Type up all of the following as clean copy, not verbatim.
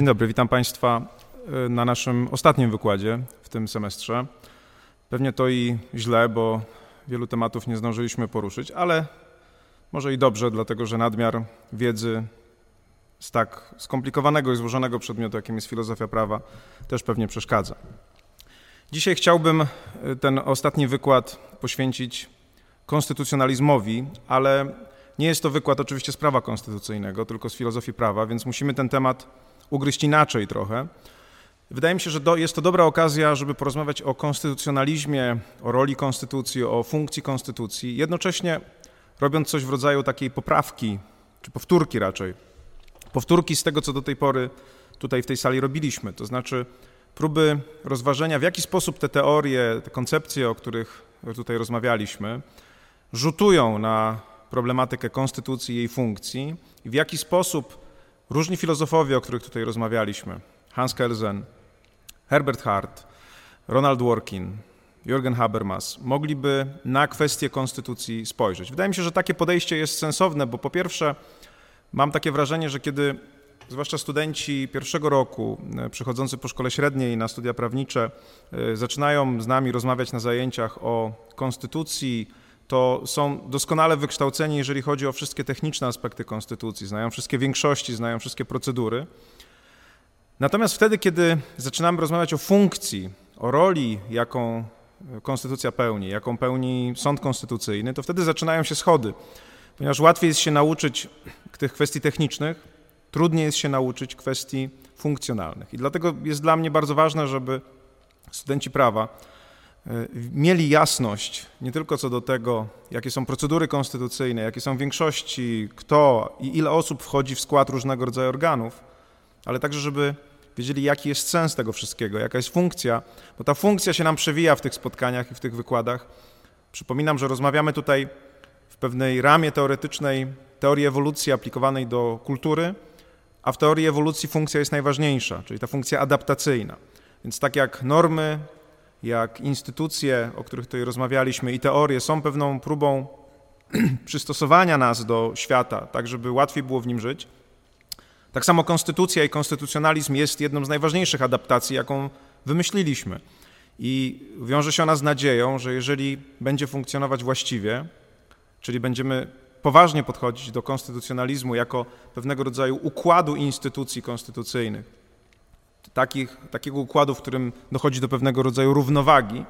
dobry, witam Państwa na naszym ostatnim wykładzie w tym semestrze. Pewnie to i źle, bo wielu tematów nie zdążyliśmy poruszyć, ale może i dobrze, dlatego że nadmiar wiedzy z tak skomplikowanego i złożonego przedmiotu, jakim jest filozofia prawa, też pewnie przeszkadza. Dzisiaj chciałbym ten ostatni wykład poświęcić konstytucjonalizmowi, ale nie jest to wykład oczywiście z prawa konstytucyjnego, tylko z filozofii prawa, więc musimy ten temat ugryźć inaczej trochę. Wydaje mi się, że jest to dobra okazja, żeby porozmawiać o konstytucjonalizmie, o roli konstytucji, o funkcji konstytucji, jednocześnie robiąc coś w rodzaju takiej poprawki, czy powtórki raczej. Powtórki z tego, co do tej pory tutaj w tej sali robiliśmy, to znaczy próby rozważenia, w jaki sposób te teorie, te koncepcje, o których tutaj rozmawialiśmy, rzutują na problematykę konstytucji i jej funkcji i w jaki sposób różni filozofowie, o których tutaj rozmawialiśmy, Hans Kelsen, Herbert Hart, Ronald Dworkin, Jürgen Habermas, mogliby na kwestię konstytucji spojrzeć. Wydaje mi się, że takie podejście jest sensowne, bo po pierwsze mam takie wrażenie, że kiedy zwłaszcza studenci pierwszego roku przychodzący po szkole średniej na studia prawnicze zaczynają z nami rozmawiać na zajęciach o konstytucji, to są doskonale wykształceni, jeżeli chodzi o wszystkie techniczne aspekty konstytucji, znają wszystkie większości, znają wszystkie procedury. Natomiast wtedy, kiedy zaczynamy rozmawiać o funkcji, o roli, jaką konstytucja pełni, jaką pełni sąd konstytucyjny, to wtedy zaczynają się schody, ponieważ łatwiej jest się nauczyć tych kwestii technicznych, trudniej jest się nauczyć kwestii funkcjonalnych. I dlatego jest dla mnie bardzo ważne, żeby studenci prawa mieli jasność nie tylko co do tego, jakie są procedury konstytucyjne, jakie są większości, kto i ile osób wchodzi w skład różnego rodzaju organów, ale także, żeby wiedzieli, jaki jest sens tego wszystkiego, jaka jest funkcja, bo ta funkcja się nam przewija w tych spotkaniach i w tych wykładach. Przypominam, że rozmawiamy tutaj w pewnej ramie teoretycznej teorii ewolucji aplikowanej do kultury, a w teorii ewolucji funkcja jest najważniejsza, czyli ta funkcja adaptacyjna. Więc tak jak normy, jak instytucje, o których tutaj rozmawialiśmy, i teorie są pewną próbą przystosowania nas do świata, tak żeby łatwiej było w nim żyć, tak samo konstytucja i konstytucjonalizm jest jedną z najważniejszych adaptacji, jaką wymyśliliśmy. I wiąże się ona z nadzieją, że jeżeli będzie funkcjonować właściwie, czyli będziemy poważnie podchodzić do konstytucjonalizmu jako pewnego rodzaju układu instytucji konstytucyjnych, takiego układu, w którym dochodzi do pewnego rodzaju równowagi,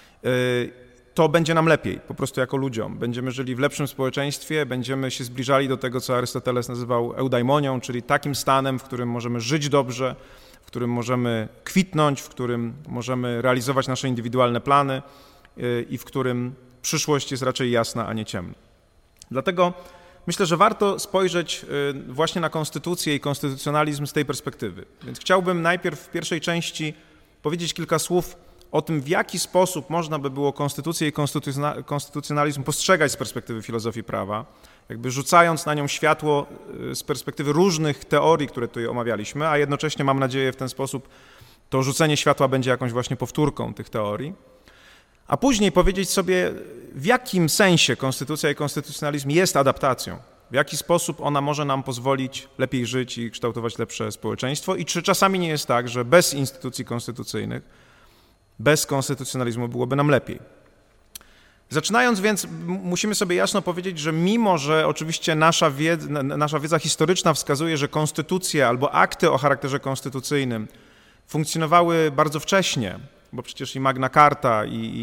to będzie nam lepiej, po prostu jako ludziom. Będziemy żyli w lepszym społeczeństwie, będziemy się zbliżali do tego, co Arystoteles nazywał eudaimonią, czyli takim stanem, w którym możemy żyć dobrze, w którym możemy kwitnąć, w którym możemy realizować nasze indywidualne plany i w którym przyszłość jest raczej jasna, a nie ciemna. Dlatego myślę, że warto spojrzeć właśnie na konstytucję i konstytucjonalizm z tej perspektywy. Więc chciałbym najpierw w pierwszej części powiedzieć kilka słów o tym, w jaki sposób można by było konstytucję i konstytucjonalizm postrzegać z perspektywy filozofii prawa, jakby rzucając na nią światło z perspektywy różnych teorii, które tutaj omawialiśmy, a jednocześnie mam nadzieję w ten sposób to rzucenie światła będzie jakąś właśnie powtórką tych teorii. A później powiedzieć sobie, w jakim sensie konstytucja i konstytucjonalizm jest adaptacją, w jaki sposób ona może nam pozwolić lepiej żyć i kształtować lepsze społeczeństwo i czy czasami nie jest tak, że bez instytucji konstytucyjnych, bez konstytucjonalizmu byłoby nam lepiej. Zaczynając więc, musimy sobie jasno powiedzieć, że mimo, że oczywiście nasza wiedza historyczna wskazuje, że konstytucje albo akty o charakterze konstytucyjnym funkcjonowały bardzo wcześnie, bo przecież i Magna Carta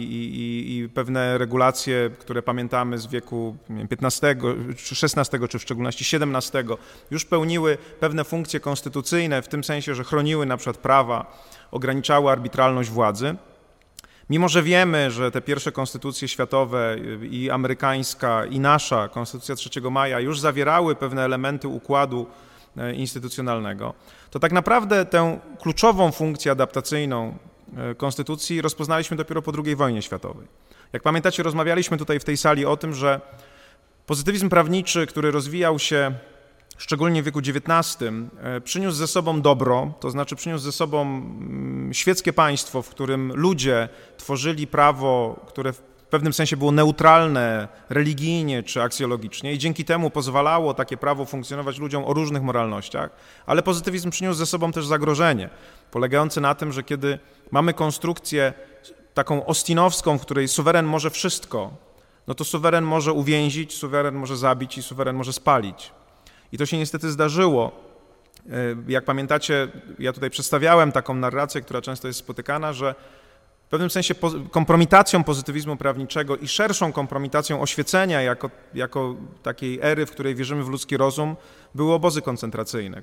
i pewne regulacje, które pamiętamy z wieku XV, czy XVI, czy w szczególności XVII, już pełniły pewne funkcje konstytucyjne, w tym sensie, że chroniły na przykład prawa, ograniczały arbitralność władzy. Mimo że wiemy, że te pierwsze konstytucje światowe i amerykańska, i nasza Konstytucja 3 maja już zawierały pewne elementy układu instytucjonalnego, to tak naprawdę tę kluczową funkcję adaptacyjną konstytucji rozpoznaliśmy dopiero po II wojnie światowej. Jak pamiętacie, rozmawialiśmy tutaj w tej sali o tym, że pozytywizm prawniczy, który rozwijał się szczególnie w wieku XIX, przyniósł ze sobą dobro, to znaczy przyniósł ze sobą świeckie państwo, w którym ludzie tworzyli prawo, które pewnym sensie było neutralne religijnie czy aksjologicznie i dzięki temu pozwalało takie prawo funkcjonować ludziom o różnych moralnościach, ale pozytywizm przyniósł ze sobą też zagrożenie, polegające na tym, że kiedy mamy konstrukcję taką austinowską, w której suweren może wszystko, no to suweren może uwięzić, suweren może zabić i suweren może spalić. I to się niestety zdarzyło. Jak pamiętacie, ja tutaj przedstawiałem taką narrację, która często jest spotykana, że w pewnym sensie kompromitacją pozytywizmu prawniczego i szerszą kompromitacją oświecenia jako takiej ery, w której wierzymy w ludzki rozum, były obozy koncentracyjne,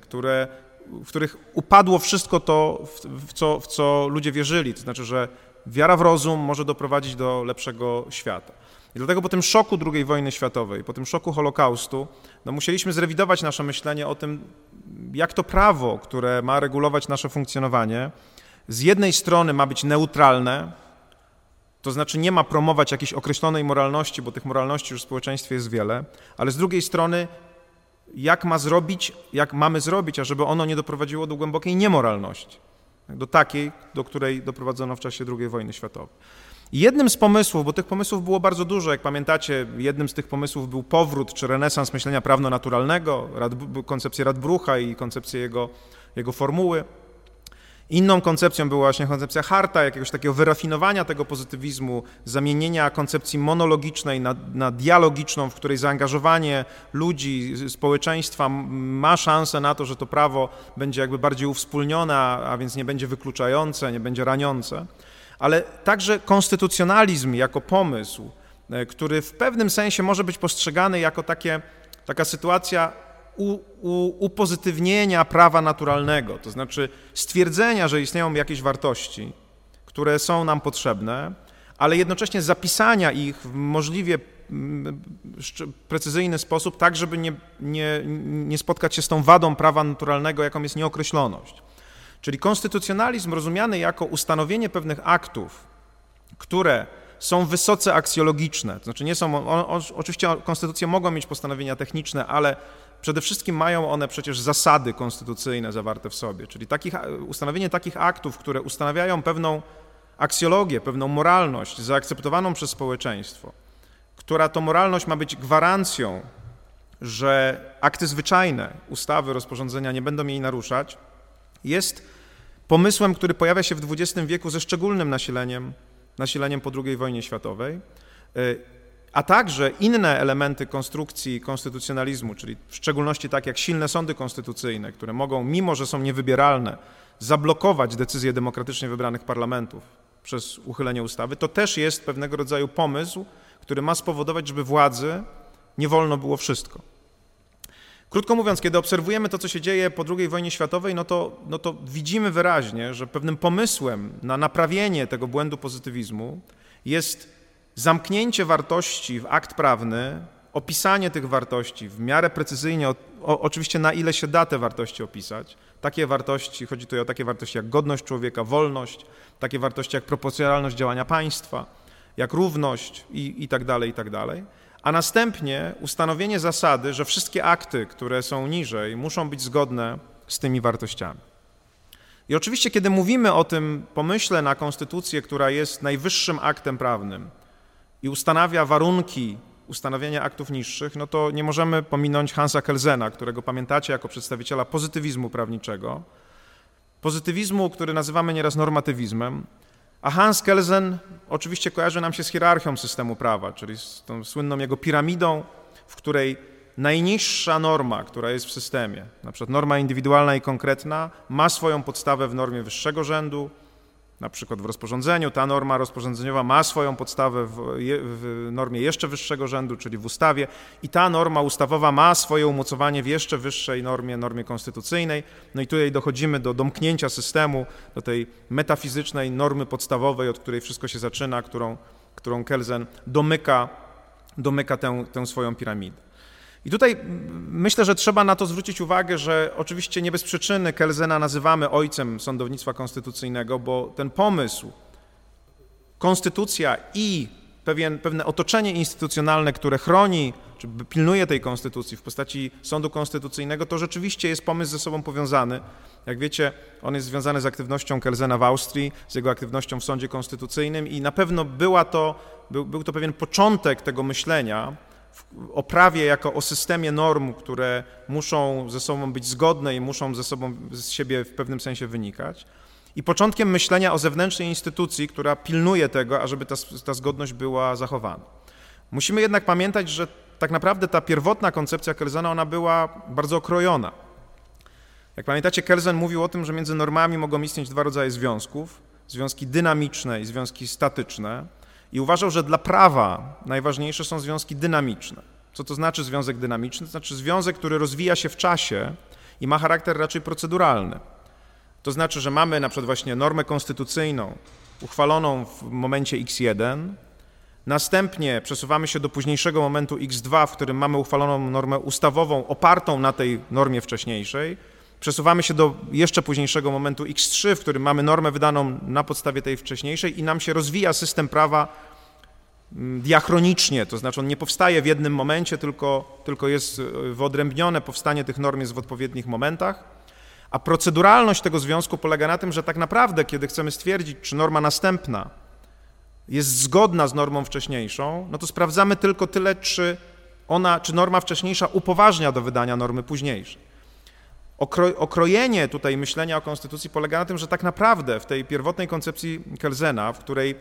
w których upadło wszystko to, w co ludzie wierzyli. To znaczy, że wiara w rozum może doprowadzić do lepszego świata. I dlatego po tym szoku II wojny światowej, po tym szoku Holokaustu, no musieliśmy zrewidować nasze myślenie o tym, jak to prawo, które ma regulować nasze funkcjonowanie, z jednej strony ma być neutralne, to znaczy nie ma promować jakiejś określonej moralności, bo tych moralności już w społeczeństwie jest wiele, ale z drugiej strony jak mamy zrobić, ażeby ono nie doprowadziło do głębokiej niemoralności, do takiej, do której doprowadzono w czasie II wojny światowej. I jednym z pomysłów, bo tych pomysłów było bardzo dużo, jak pamiętacie, jednym z tych pomysłów był powrót czy renesans myślenia prawno-naturalnego, koncepcja Radbrucha i koncepcja jego formuły. Inną koncepcją była właśnie koncepcja Harta, jakiegoś takiego wyrafinowania tego pozytywizmu, zamienienia koncepcji monologicznej na dialogiczną, w której zaangażowanie ludzi, społeczeństwa ma szansę na to, że to prawo będzie jakby bardziej uwspólnione, a więc nie będzie wykluczające, nie będzie raniące. Ale także konstytucjonalizm jako pomysł, który w pewnym sensie może być postrzegany jako taka sytuacja upozytywnienia prawa naturalnego, to znaczy stwierdzenia, że istnieją jakieś wartości, które są nam potrzebne, ale jednocześnie zapisania ich w możliwie precyzyjny sposób, tak żeby nie spotkać się z tą wadą prawa naturalnego, jaką jest nieokreśloność. Czyli konstytucjonalizm rozumiany jako ustanowienie pewnych aktów, które są wysoce aksjologiczne, to znaczy nie są, oczywiście konstytucje mogą mieć postanowienia techniczne, przede wszystkim mają one przecież zasady konstytucyjne zawarte w sobie, czyli ustanowienie takich aktów, które ustanawiają pewną aksjologię, pewną moralność zaakceptowaną przez społeczeństwo, która to moralność ma być gwarancją, że akty zwyczajne, ustawy, rozporządzenia nie będą jej naruszać, jest pomysłem, który pojawia się w XX wieku ze szczególnym nasileniem po II wojnie światowej, a także inne elementy konstrukcji konstytucjonalizmu, czyli w szczególności tak jak silne sądy konstytucyjne, które mogą, mimo że są niewybieralne, zablokować decyzje demokratycznie wybranych parlamentów przez uchylenie ustawy, to też jest pewnego rodzaju pomysł, który ma spowodować, żeby władzy nie wolno było wszystko. Krótko mówiąc, kiedy obserwujemy to, co się dzieje po II wojnie światowej, no to widzimy wyraźnie, że pewnym pomysłem na naprawienie tego błędu pozytywizmu jest zamknięcie wartości w akt prawny, opisanie tych wartości w miarę precyzyjnie, oczywiście na ile się da te wartości opisać. Takie wartości, chodzi tutaj o takie wartości jak godność człowieka, wolność, takie wartości jak proporcjonalność działania państwa, jak równość i tak dalej, i tak dalej. A następnie ustanowienie zasady, że wszystkie akty, które są niżej, muszą być zgodne z tymi wartościami. I oczywiście, kiedy mówimy o tym pomyśle na konstytucję, która jest najwyższym aktem prawnym i ustanawia warunki ustanowienia aktów niższych, no to nie możemy pominąć Hansa Kelsena, którego pamiętacie jako przedstawiciela pozytywizmu prawniczego, pozytywizmu, który nazywamy nieraz normatywizmem, a Hans Kelsen oczywiście kojarzy nam się z hierarchią systemu prawa, czyli z tą słynną jego piramidą, w której najniższa norma, która jest w systemie, na przykład norma indywidualna i konkretna, ma swoją podstawę w normie wyższego rzędu, na przykład w rozporządzeniu. Ta norma rozporządzeniowa ma swoją podstawę w normie jeszcze wyższego rzędu, czyli w ustawie, i ta norma ustawowa ma swoje umocowanie w jeszcze wyższej normie konstytucyjnej. No i tutaj dochodzimy do domknięcia systemu, do tej metafizycznej normy podstawowej, od której wszystko się zaczyna, którą Kelsen domyka tę swoją piramidę. I tutaj myślę, że trzeba na to zwrócić uwagę, że oczywiście nie bez przyczyny Kelsena nazywamy ojcem sądownictwa konstytucyjnego, bo ten pomysł, konstytucja i pewne otoczenie instytucjonalne, które chroni, czy pilnuje tej konstytucji w postaci sądu konstytucyjnego, to rzeczywiście jest pomysł ze sobą powiązany. Jak wiecie, on jest związany z aktywnością Kelsena w Austrii, z jego aktywnością w sądzie konstytucyjnym i na pewno był to pewien początek tego myślenia o prawie jako o systemie norm, które muszą ze sobą być zgodne i muszą z siebie w pewnym sensie wynikać. I początkiem myślenia o zewnętrznej instytucji, która pilnuje tego, ażeby ta zgodność była zachowana. Musimy jednak pamiętać, że tak naprawdę ta pierwotna koncepcja Kelsena, ona była bardzo okrojona. Jak pamiętacie, Kelsen mówił o tym, że między normami mogą istnieć dwa rodzaje związków, związki dynamiczne i związki statyczne, i uważał, że dla prawa najważniejsze są związki dynamiczne. Co to znaczy związek dynamiczny? To znaczy związek, który rozwija się w czasie i ma charakter raczej proceduralny. To znaczy, że mamy na przykład właśnie normę konstytucyjną uchwaloną w momencie x1, następnie przesuwamy się do późniejszego momentu x2, w którym mamy uchwaloną normę ustawową opartą na tej normie wcześniejszej, przesuwamy się do jeszcze późniejszego momentu x3, w którym mamy normę wydaną na podstawie tej wcześniejszej i nam się rozwija system prawa diachronicznie, to znaczy on nie powstaje w jednym momencie, tylko jest wyodrębnione, powstanie tych norm jest w odpowiednich momentach, a proceduralność tego związku polega na tym, że tak naprawdę, kiedy chcemy stwierdzić, czy norma następna jest zgodna z normą wcześniejszą, no to sprawdzamy tylko tyle, czy norma wcześniejsza upoważnia do wydania normy późniejszej. Okrojenie tutaj myślenia o konstytucji polega na tym, że tak naprawdę w tej pierwotnej koncepcji Kelsena, w której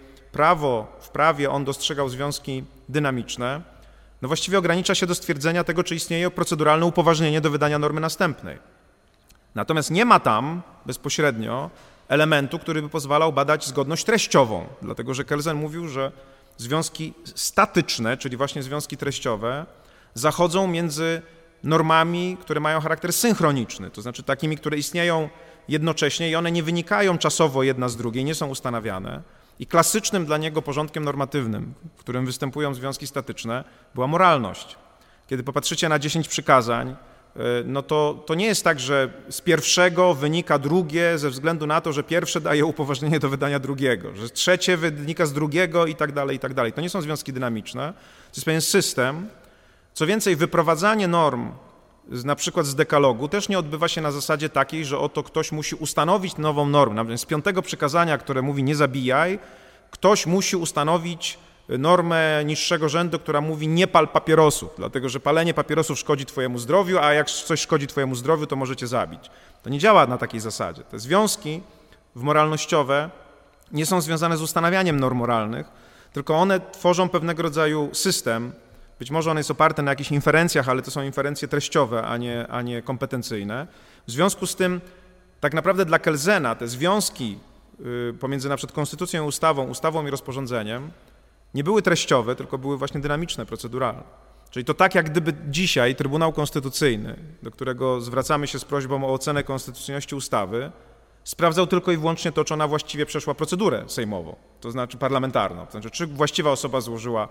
w prawie on dostrzegał związki dynamiczne, no właściwie ogranicza się do stwierdzenia tego, czy istnieje proceduralne upoważnienie do wydania normy następnej. Natomiast nie ma tam bezpośrednio elementu, który by pozwalał badać zgodność treściową, dlatego że Kelsen mówił, że związki statyczne, czyli właśnie związki treściowe, zachodzą między normami, które mają charakter synchroniczny, to znaczy takimi, które istnieją jednocześnie i one nie wynikają czasowo jedna z drugiej, nie są ustanawiane. I klasycznym dla niego porządkiem normatywnym, w którym występują związki statyczne, była moralność. Kiedy popatrzycie na 10 przykazań, no to nie jest tak, że z pierwszego wynika drugie ze względu na to, że pierwsze daje upoważnienie do wydania drugiego, że trzecie wynika z drugiego i tak dalej, i tak dalej. To nie są związki dynamiczne, to jest pewien system. Co więcej, wyprowadzanie norm na przykład z dekalogu też nie odbywa się na zasadzie takiej, że oto ktoś musi ustanowić nową normę. Na przykład z 5. przykazania, które mówi nie zabijaj, ktoś musi ustanowić normę niższego rzędu, która mówi nie pal papierosów, dlatego że palenie papierosów szkodzi twojemu zdrowiu, a jak coś szkodzi twojemu zdrowiu, to możecie zabić. To nie działa na takiej zasadzie. Te związki moralnościowe nie są związane z ustanawianiem norm moralnych, tylko one tworzą pewnego rodzaju system. Być może on jest oparty na jakichś inferencjach, ale to są inferencje treściowe, a nie kompetencyjne. W związku z tym tak naprawdę dla Kelsena te związki pomiędzy na przykład konstytucją i ustawą i rozporządzeniem nie były treściowe, tylko były właśnie dynamiczne, proceduralne. Czyli to tak jak gdyby dzisiaj Trybunał Konstytucyjny, do którego zwracamy się z prośbą o ocenę konstytucyjności ustawy, sprawdzał tylko i wyłącznie to, czy ona właściwie przeszła procedurę sejmową, to znaczy parlamentarną. To znaczy, czy właściwa osoba złożyła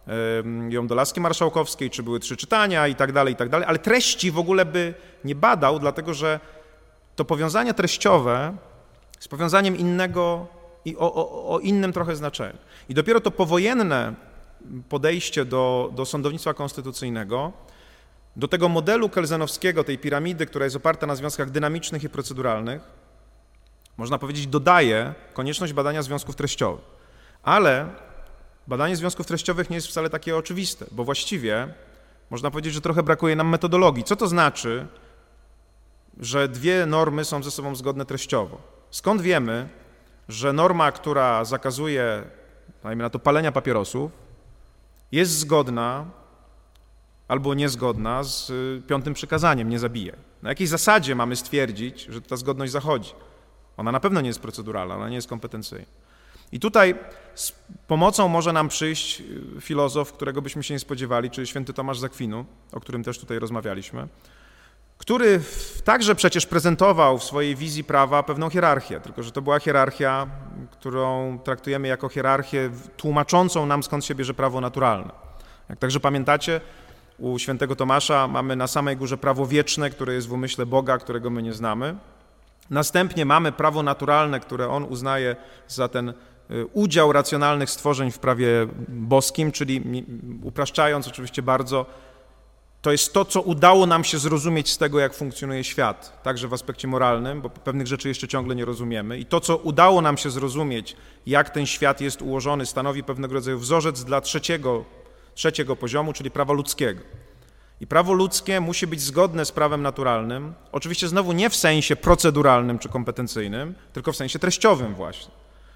ją do laski marszałkowskiej, czy były 3 czytania i tak dalej, ale treści w ogóle by nie badał, dlatego że to powiązanie treściowe jest powiązaniem innego i o innym trochę znaczeniu. I dopiero to powojenne podejście do sądownictwa konstytucyjnego, do tego modelu kelsenowskiego, tej piramidy, która jest oparta na związkach dynamicznych i proceduralnych, można powiedzieć, dodaje konieczność badania związków treściowych. Ale badanie związków treściowych nie jest wcale takie oczywiste, bo właściwie można powiedzieć, że trochę brakuje nam metodologii. Co to znaczy, że dwie normy są ze sobą zgodne treściowo? Skąd wiemy, że norma, która zakazuje, dajmy na to, palenia papierosów, jest zgodna albo niezgodna z 5. przykazaniem, nie zabijaj? Na jakiej zasadzie mamy stwierdzić, że ta zgodność zachodzi? Ona na pewno nie jest proceduralna, ona nie jest kompetencyjna. I tutaj z pomocą może nam przyjść filozof, którego byśmy się nie spodziewali, czyli święty Tomasz z Akwinu, o którym też tutaj rozmawialiśmy, który także przecież prezentował w swojej wizji prawa pewną hierarchię, tylko że to była hierarchia, którą traktujemy jako hierarchię tłumaczącą nam, skąd się bierze prawo naturalne. Jak także pamiętacie, u świętego Tomasza mamy na samej górze prawo wieczne, które jest w umyśle Boga, którego my nie znamy. Następnie mamy prawo naturalne, które on uznaje za ten udział racjonalnych stworzeń w prawie boskim, czyli upraszczając oczywiście bardzo, To jest to, co udało nam się zrozumieć z tego, jak funkcjonuje świat, także w aspekcie moralnym, bo pewnych rzeczy jeszcze ciągle nie rozumiemy. I to, co udało nam się zrozumieć, jak ten świat jest ułożony, stanowi pewnego rodzaju wzorzec dla trzeciego poziomu, czyli prawa ludzkiego. I prawo ludzkie musi być zgodne z prawem naturalnym, oczywiście znowu nie w sensie proceduralnym czy kompetencyjnym, tylko w sensie treściowym właśnie.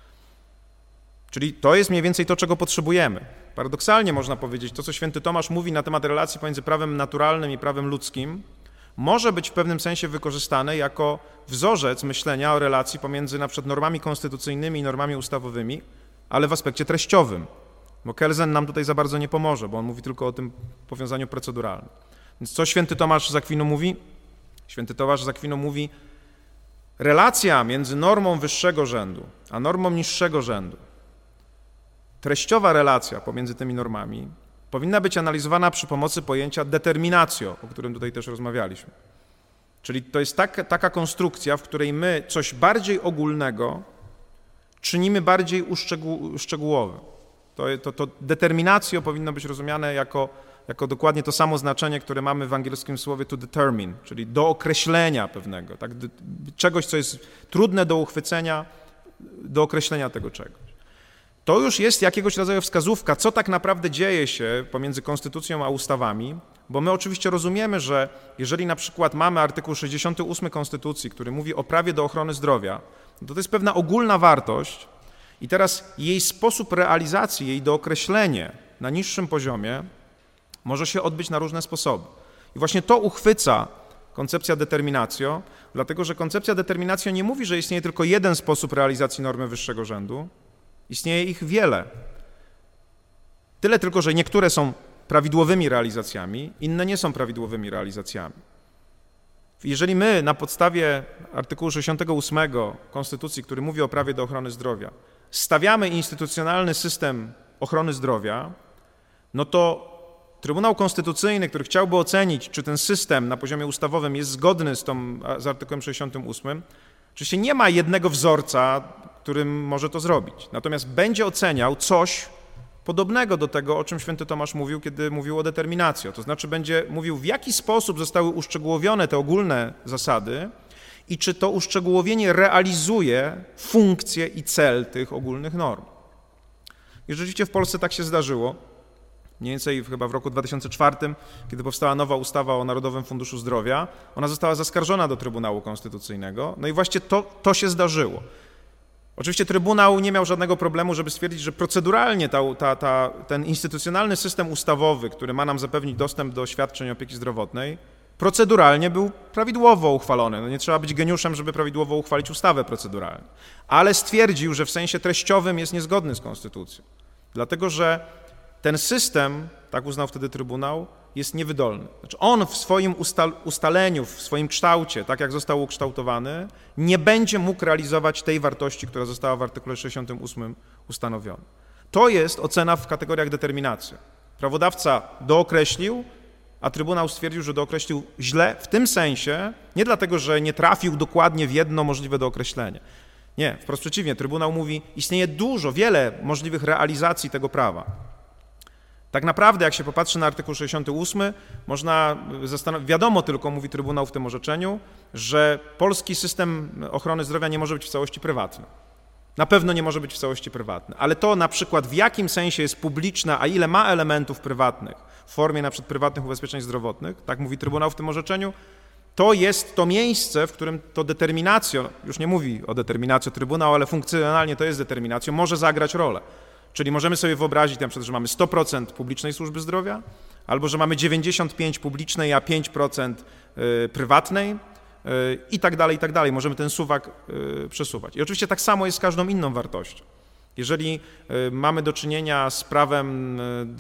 Czyli to jest mniej więcej to, czego potrzebujemy. Paradoksalnie można powiedzieć, to co święty Tomasz mówi na temat relacji pomiędzy prawem naturalnym i prawem ludzkim, może być w pewnym sensie wykorzystane jako wzorzec myślenia o relacji pomiędzy na przykład normami konstytucyjnymi i normami ustawowymi, ale w aspekcie treściowym. Bo Kelsen nam tutaj za bardzo nie pomoże, bo on mówi tylko o tym powiązaniu proceduralnym. Więc co święty Tomasz z Akwinu mówi? Święty Tomasz z Akwinu mówi, relacja między normą wyższego rzędu a normą niższego rzędu, treściowa relacja pomiędzy tymi normami powinna być analizowana przy pomocy pojęcia determinatio, o którym tutaj też rozmawialiśmy. Czyli to jest taka konstrukcja, w której my coś bardziej ogólnego czynimy bardziej uszczegółowym. To determinatio powinno być rozumiane jako dokładnie to samo znaczenie, które mamy w angielskim słowie to determine, czyli do określenia pewnego, tak? Czegoś, co jest trudne do uchwycenia, do określenia tego czegoś. To już jest jakiegoś rodzaju wskazówka, co tak naprawdę dzieje się pomiędzy konstytucją a ustawami, bo my oczywiście rozumiemy, że jeżeli na przykład mamy artykuł 68 Konstytucji, który mówi o prawie do ochrony zdrowia, to jest pewna ogólna wartość i teraz jej sposób realizacji, jej dookreślenie na niższym poziomie może się odbyć na różne sposoby. I właśnie to uchwyca koncepcja determinatio, dlatego że koncepcja determinatio nie mówi, że istnieje tylko jeden sposób realizacji normy wyższego rzędu, istnieje ich wiele. Tyle tylko, że niektóre są prawidłowymi realizacjami, inne nie są prawidłowymi realizacjami. Jeżeli my na podstawie artykułu 68 Konstytucji, który mówi o prawie do ochrony zdrowia, stawiamy instytucjonalny system ochrony zdrowia, no to Trybunał Konstytucyjny, który chciałby ocenić, czy ten system na poziomie ustawowym jest zgodny z artykułem 68, oczywiście nie ma jednego wzorca, którym może to zrobić. Natomiast będzie oceniał coś podobnego do tego, o czym święty Tomasz mówił, kiedy mówił o determinatio. To znaczy będzie mówił, w jaki sposób zostały uszczegółowione te ogólne zasady i czy to uszczegółowienie realizuje funkcję i cel tych ogólnych norm. I rzeczywiście w Polsce tak się zdarzyło. Mniej więcej chyba w roku 2004, kiedy powstała nowa ustawa o Narodowym Funduszu Zdrowia, ona została zaskarżona do Trybunału Konstytucyjnego. No i właśnie to się zdarzyło. Oczywiście Trybunał nie miał żadnego problemu, żeby stwierdzić, że proceduralnie ten instytucjonalny system ustawowy, który ma nam zapewnić dostęp do świadczeń opieki zdrowotnej, proceduralnie był prawidłowo uchwalony. No nie trzeba być geniuszem, żeby prawidłowo uchwalić ustawę proceduralnie. Ale stwierdził, że w sensie treściowym jest niezgodny z konstytucją. Dlatego, że ten system, tak uznał wtedy Trybunał, jest niewydolny. Znaczy on w swoim ustaleniu, w swoim kształcie, tak jak został ukształtowany, nie będzie mógł realizować tej wartości, która została w artykule 68 ustanowiona. To jest ocena w kategoriach determinacji. Prawodawca dookreślił, a Trybunał stwierdził, że dookreślił źle w tym sensie, nie dlatego, że nie trafił dokładnie w jedno możliwe dookreślenie. Nie, wprost przeciwnie, Trybunał mówi, istnieje wiele możliwych realizacji tego prawa. Tak naprawdę, jak się popatrzy na artykuł 68, można wiadomo tylko, mówi Trybunał w tym orzeczeniu, że polski system ochrony zdrowia nie może być w całości prywatny. Na pewno nie może być w całości prywatny, ale to na przykład w jakim sensie jest publiczne, a ile ma elementów prywatnych w formie na przykład prywatnych ubezpieczeń zdrowotnych, tak mówi Trybunał w tym orzeczeniu, to jest to miejsce, w którym to determinatio, już nie mówi o determinatio Trybunał, ale funkcjonalnie to jest determinatio, może zagrać rolę. Czyli możemy sobie wyobrazić na przykład, że mamy 100% publicznej służby zdrowia, albo że mamy 95% publicznej, a 5% prywatnej i tak dalej, i tak dalej. Możemy ten suwak przesuwać. I oczywiście tak samo jest z każdą inną wartością. Jeżeli mamy do czynienia z prawem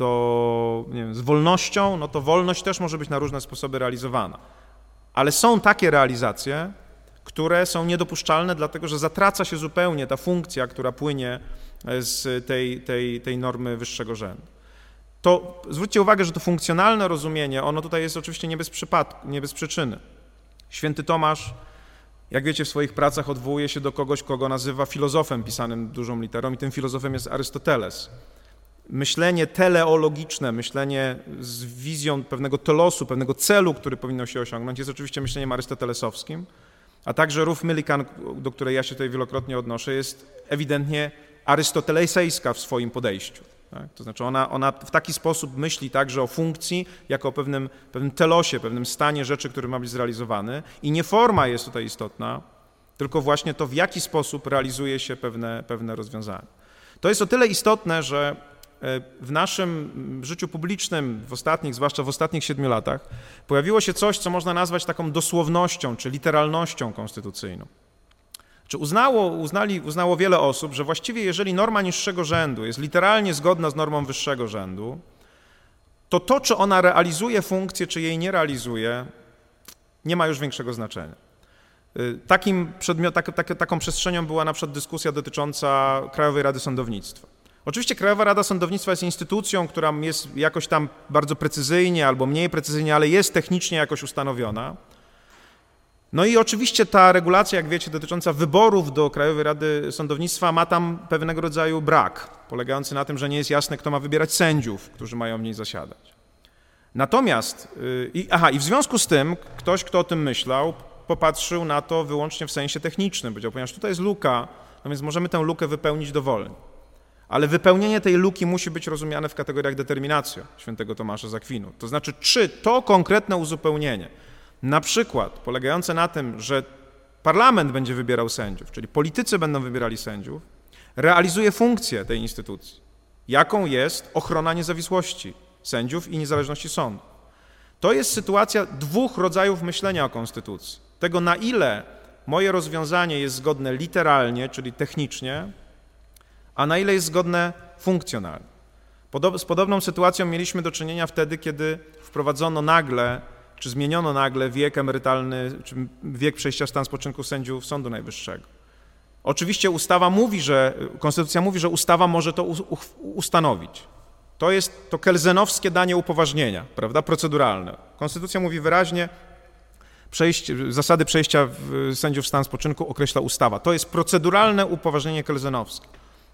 z wolnością, no to wolność też może być na różne sposoby realizowana. Ale są takie realizacje, które są niedopuszczalne, dlatego że zatraca się zupełnie ta funkcja, która płynie z tej normy wyższego rzędu. To zwróćcie uwagę, że to funkcjonalne rozumienie, ono tutaj jest oczywiście nie bez przyczyny. Święty Tomasz, jak wiecie, w swoich pracach odwołuje się do kogoś, kogo nazywa filozofem pisanym dużą literą i tym filozofem jest Arystoteles. myślenie teleologiczne, myślenie z wizją pewnego telosu, pewnego celu, który powinno się osiągnąć, jest oczywiście myśleniem arystotelesowskim, a także Ruth Millikan, do której ja się tutaj wielokrotnie odnoszę, jest ewidentnie arystotelesejska w swoim podejściu. Tak? To znaczy ona w taki sposób myśli także o funkcji jako o pewnym telosie, pewnym stanie rzeczy, który ma być zrealizowany i nie forma jest tutaj istotna, tylko właśnie to, w jaki sposób realizuje się pewne rozwiązania. To jest o tyle istotne, że w naszym życiu publicznym, zwłaszcza w ostatnich 7 latach, pojawiło się coś, co można nazwać taką dosłownością czy literalnością konstytucyjną. Czy uznało wiele osób, że właściwie jeżeli norma niższego rzędu jest literalnie zgodna z normą wyższego rzędu, to, czy ona realizuje funkcję, czy jej nie realizuje, nie ma już większego znaczenia. Taką przestrzenią była na przykład dyskusja dotycząca Krajowej Rady Sądownictwa. Oczywiście Krajowa Rada Sądownictwa jest instytucją, która jest jakoś tam bardzo precyzyjnie albo mniej precyzyjnie, ale jest technicznie jakoś ustanowiona. No i oczywiście ta regulacja, jak wiecie, dotycząca wyborów do Krajowej Rady Sądownictwa ma tam pewnego rodzaju brak, polegający na tym, że nie jest jasne, kto ma wybierać sędziów, którzy mają w niej zasiadać. Natomiast, i w związku z tym ktoś, kto o tym myślał, popatrzył na to wyłącznie w sensie technicznym, powiedział, ponieważ tutaj jest luka, no więc możemy tę lukę wypełnić dowolnie. Ale wypełnienie tej luki musi być rozumiane w kategoriach determinacji świętego Tomasza z Akwinu. To znaczy, czy to konkretne uzupełnienie, na przykład polegające na tym, że parlament będzie wybierał sędziów, czyli politycy będą wybierali sędziów, realizuje funkcję tej instytucji, jaką jest ochrona niezawisłości sędziów i niezależności sądu. To jest sytuacja 2 rodzajów myślenia o konstytucji. Tego, na ile moje rozwiązanie jest zgodne literalnie, czyli technicznie, a na ile jest zgodne funkcjonalnie. Z podobną sytuacją mieliśmy do czynienia wtedy, kiedy wprowadzono nagle, czy zmieniono nagle wiek emerytalny, czy wiek przejścia w stan spoczynku sędziów Sądu Najwyższego. Oczywiście konstytucja mówi, że ustawa może to ustanowić. To jest to kelsenowskie danie upoważnienia, prawda, proceduralne. Konstytucja mówi wyraźnie, zasady przejścia sędziów w stan spoczynku określa ustawa. To jest proceduralne upoważnienie kelsenowskie.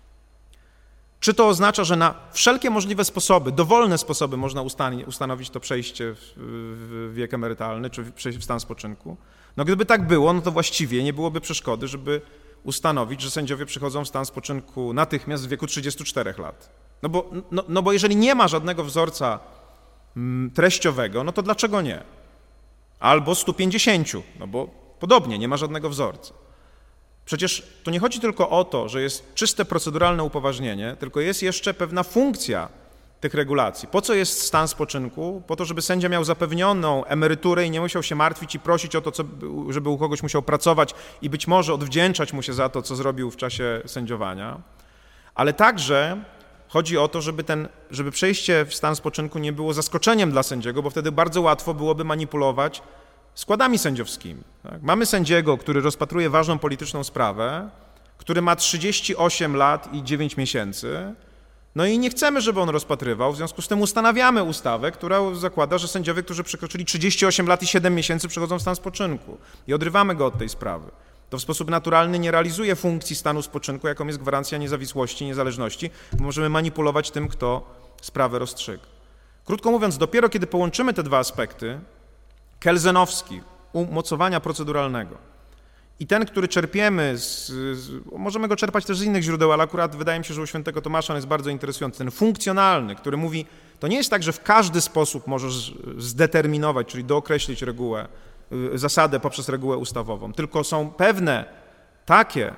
Czy to oznacza, że na wszelkie możliwe sposoby, dowolne sposoby można ustanowić to przejście w wiek emerytalny, czy przejście w stan spoczynku? No gdyby tak było, no to właściwie nie byłoby przeszkody, żeby ustanowić, że sędziowie przychodzą w stan spoczynku natychmiast w wieku 34 lat. No bo jeżeli nie ma żadnego wzorca treściowego, no to dlaczego nie? Albo 150, no bo podobnie, nie ma żadnego wzorca. Przecież to nie chodzi tylko o to, że jest czyste proceduralne upoważnienie, tylko jest jeszcze pewna funkcja tych regulacji. Po co jest stan spoczynku? Po to, żeby sędzia miał zapewnioną emeryturę i nie musiał się martwić i prosić o to, żeby u kogoś musiał pracować i być może odwdzięczać mu się za to, co zrobił w czasie sędziowania. Ale także chodzi o to, żeby przejście w stan spoczynku nie było zaskoczeniem dla sędziego, bo wtedy bardzo łatwo byłoby manipulować składami sędziowskimi. Tak? Mamy sędziego, który rozpatruje ważną polityczną sprawę, który ma 38 lat i 9 miesięcy, no i nie chcemy, żeby on rozpatrywał, w związku z tym ustanawiamy ustawę, która zakłada, że sędziowie, którzy przekroczyli 38 lat i 7 miesięcy, przychodzą w stan spoczynku i odrywamy go od tej sprawy. To w sposób naturalny nie realizuje funkcji stanu spoczynku, jaką jest gwarancja niezawisłości, niezależności, bo możemy manipulować tym, kto sprawę rozstrzyga. Krótko mówiąc, dopiero kiedy połączymy te 2 aspekty, kelsenowski, umocowania proceduralnego i ten, który czerpiemy, możemy go czerpać też z innych źródeł, ale akurat wydaje mi się, że u świętego Tomasza on jest bardzo interesujący, ten funkcjonalny, który mówi, to nie jest tak, że w każdy sposób możesz zdeterminować, czyli dookreślić regułę, zasadę poprzez regułę ustawową, tylko są pewne takie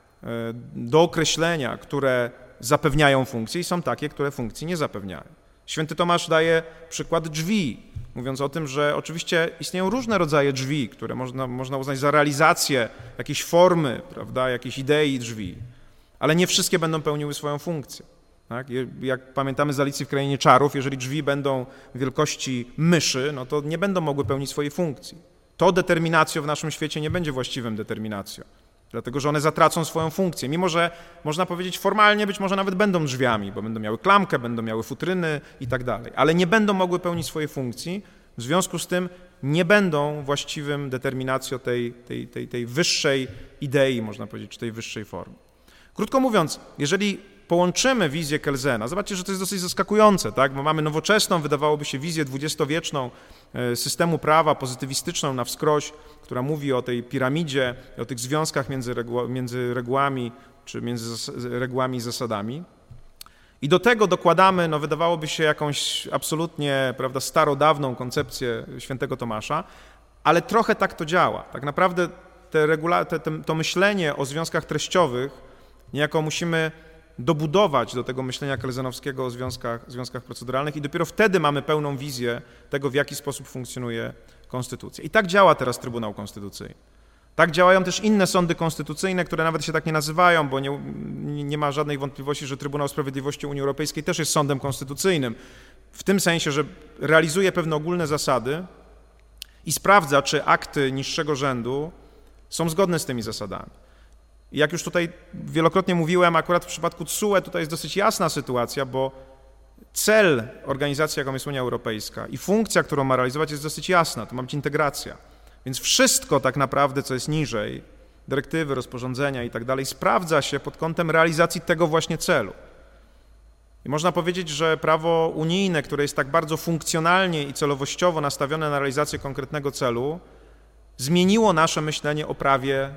dookreślenia, które zapewniają funkcję i są takie, które funkcji nie zapewniają. Święty Tomasz daje przykład drzwi, mówiąc o tym, że oczywiście istnieją różne rodzaje drzwi, które można uznać za realizację jakiejś formy, prawda, jakiejś idei drzwi, ale nie wszystkie będą pełniły swoją funkcję. Tak? Jak pamiętamy z Alicji w Krainie Czarów, jeżeli drzwi będą wielkości myszy, no to nie będą mogły pełnić swojej funkcji. To determinacją w naszym świecie nie będzie właściwym determinacją, dlatego że one zatracą swoją funkcję, mimo że można powiedzieć formalnie być może nawet będą drzwiami, bo będą miały klamkę, będą miały futryny i tak dalej, ale nie będą mogły pełnić swojej funkcji, w związku z tym nie będą właściwym determinacją tej wyższej idei, można powiedzieć, czy tej wyższej formy. Krótko mówiąc, jeżeli połączymy wizję Kelzena, zobaczcie, że to jest dosyć zaskakujące, tak? Bo mamy nowoczesną, wydawałoby się, wizję dwudziestowieczną systemu prawa, pozytywistyczną na wskroś, która mówi o tej piramidzie, o tych związkach między regułami, czy między regułami i zasadami. I do tego dokładamy, no wydawałoby się, jakąś absolutnie, prawda, starodawną koncepcję świętego Tomasza, ale trochę tak to działa. Tak naprawdę to myślenie o związkach treściowych niejako musimy dobudować do tego myślenia kelzenowskiego o związkach proceduralnych i dopiero wtedy mamy pełną wizję tego, w jaki sposób funkcjonuje konstytucja. I tak działa teraz Trybunał Konstytucyjny. Tak działają też inne sądy konstytucyjne, które nawet się tak nie nazywają, bo nie ma żadnej wątpliwości, że Trybunał Sprawiedliwości Unii Europejskiej też jest sądem konstytucyjnym. W tym sensie, że realizuje pewne ogólne zasady i sprawdza, czy akty niższego rzędu są zgodne z tymi zasadami. I jak już tutaj wielokrotnie mówiłem, akurat w przypadku TSUE tutaj jest dosyć jasna sytuacja, bo cel organizacji, jaką jest Unia Europejska i funkcja, którą ma realizować, jest dosyć jasna, to ma być integracja. Więc wszystko tak naprawdę, co jest niżej, dyrektywy, rozporządzenia i tak dalej, sprawdza się pod kątem realizacji tego właśnie celu. I można powiedzieć, że prawo unijne, które jest tak bardzo funkcjonalnie i celowościowo nastawione na realizację konkretnego celu, zmieniło nasze myślenie o prawie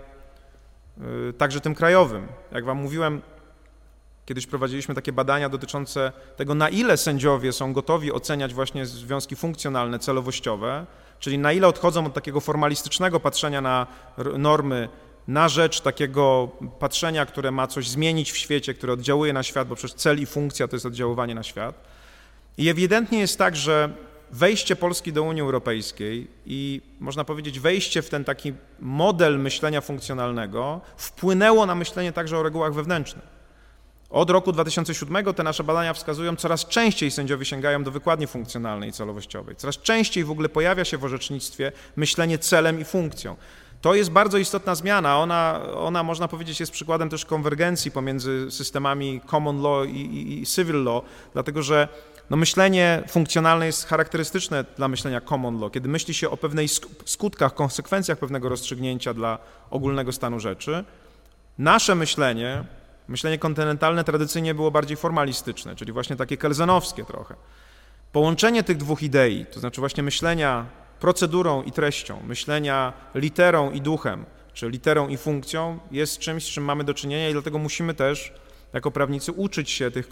także tym krajowym. Jak wam mówiłem, kiedyś prowadziliśmy takie badania dotyczące tego, na ile sędziowie są gotowi oceniać właśnie związki funkcjonalne, celowościowe, czyli na ile odchodzą od takiego formalistycznego patrzenia na normy na rzecz takiego patrzenia, które ma coś zmienić w świecie, które oddziałuje na świat, bo przecież cel i funkcja to jest oddziaływanie na świat. I ewidentnie jest tak, że wejście Polski do Unii Europejskiej i można powiedzieć wejście w ten taki model myślenia funkcjonalnego wpłynęło na myślenie także o regułach wewnętrznych. Od roku 2007 te nasze badania wskazują, coraz częściej sędziowie sięgają do wykładni funkcjonalnej i celowościowej. Coraz częściej w ogóle pojawia się w orzecznictwie myślenie celem i funkcją. To jest bardzo istotna zmiana. Ona można powiedzieć, jest przykładem też konwergencji pomiędzy systemami common law i civil law, dlatego że myślenie funkcjonalne jest charakterystyczne dla myślenia common law, kiedy myśli się o pewnej skutkach, konsekwencjach pewnego rozstrzygnięcia dla ogólnego stanu rzeczy. Nasze myślenie kontynentalne tradycyjnie było bardziej formalistyczne, czyli właśnie takie kelzenowskie trochę. Połączenie tych dwóch idei, to znaczy właśnie myślenia procedurą i treścią, myślenia literą i duchem, czy literą i funkcją, jest czymś, z czym mamy do czynienia i dlatego musimy też jako prawnicy uczyć się tych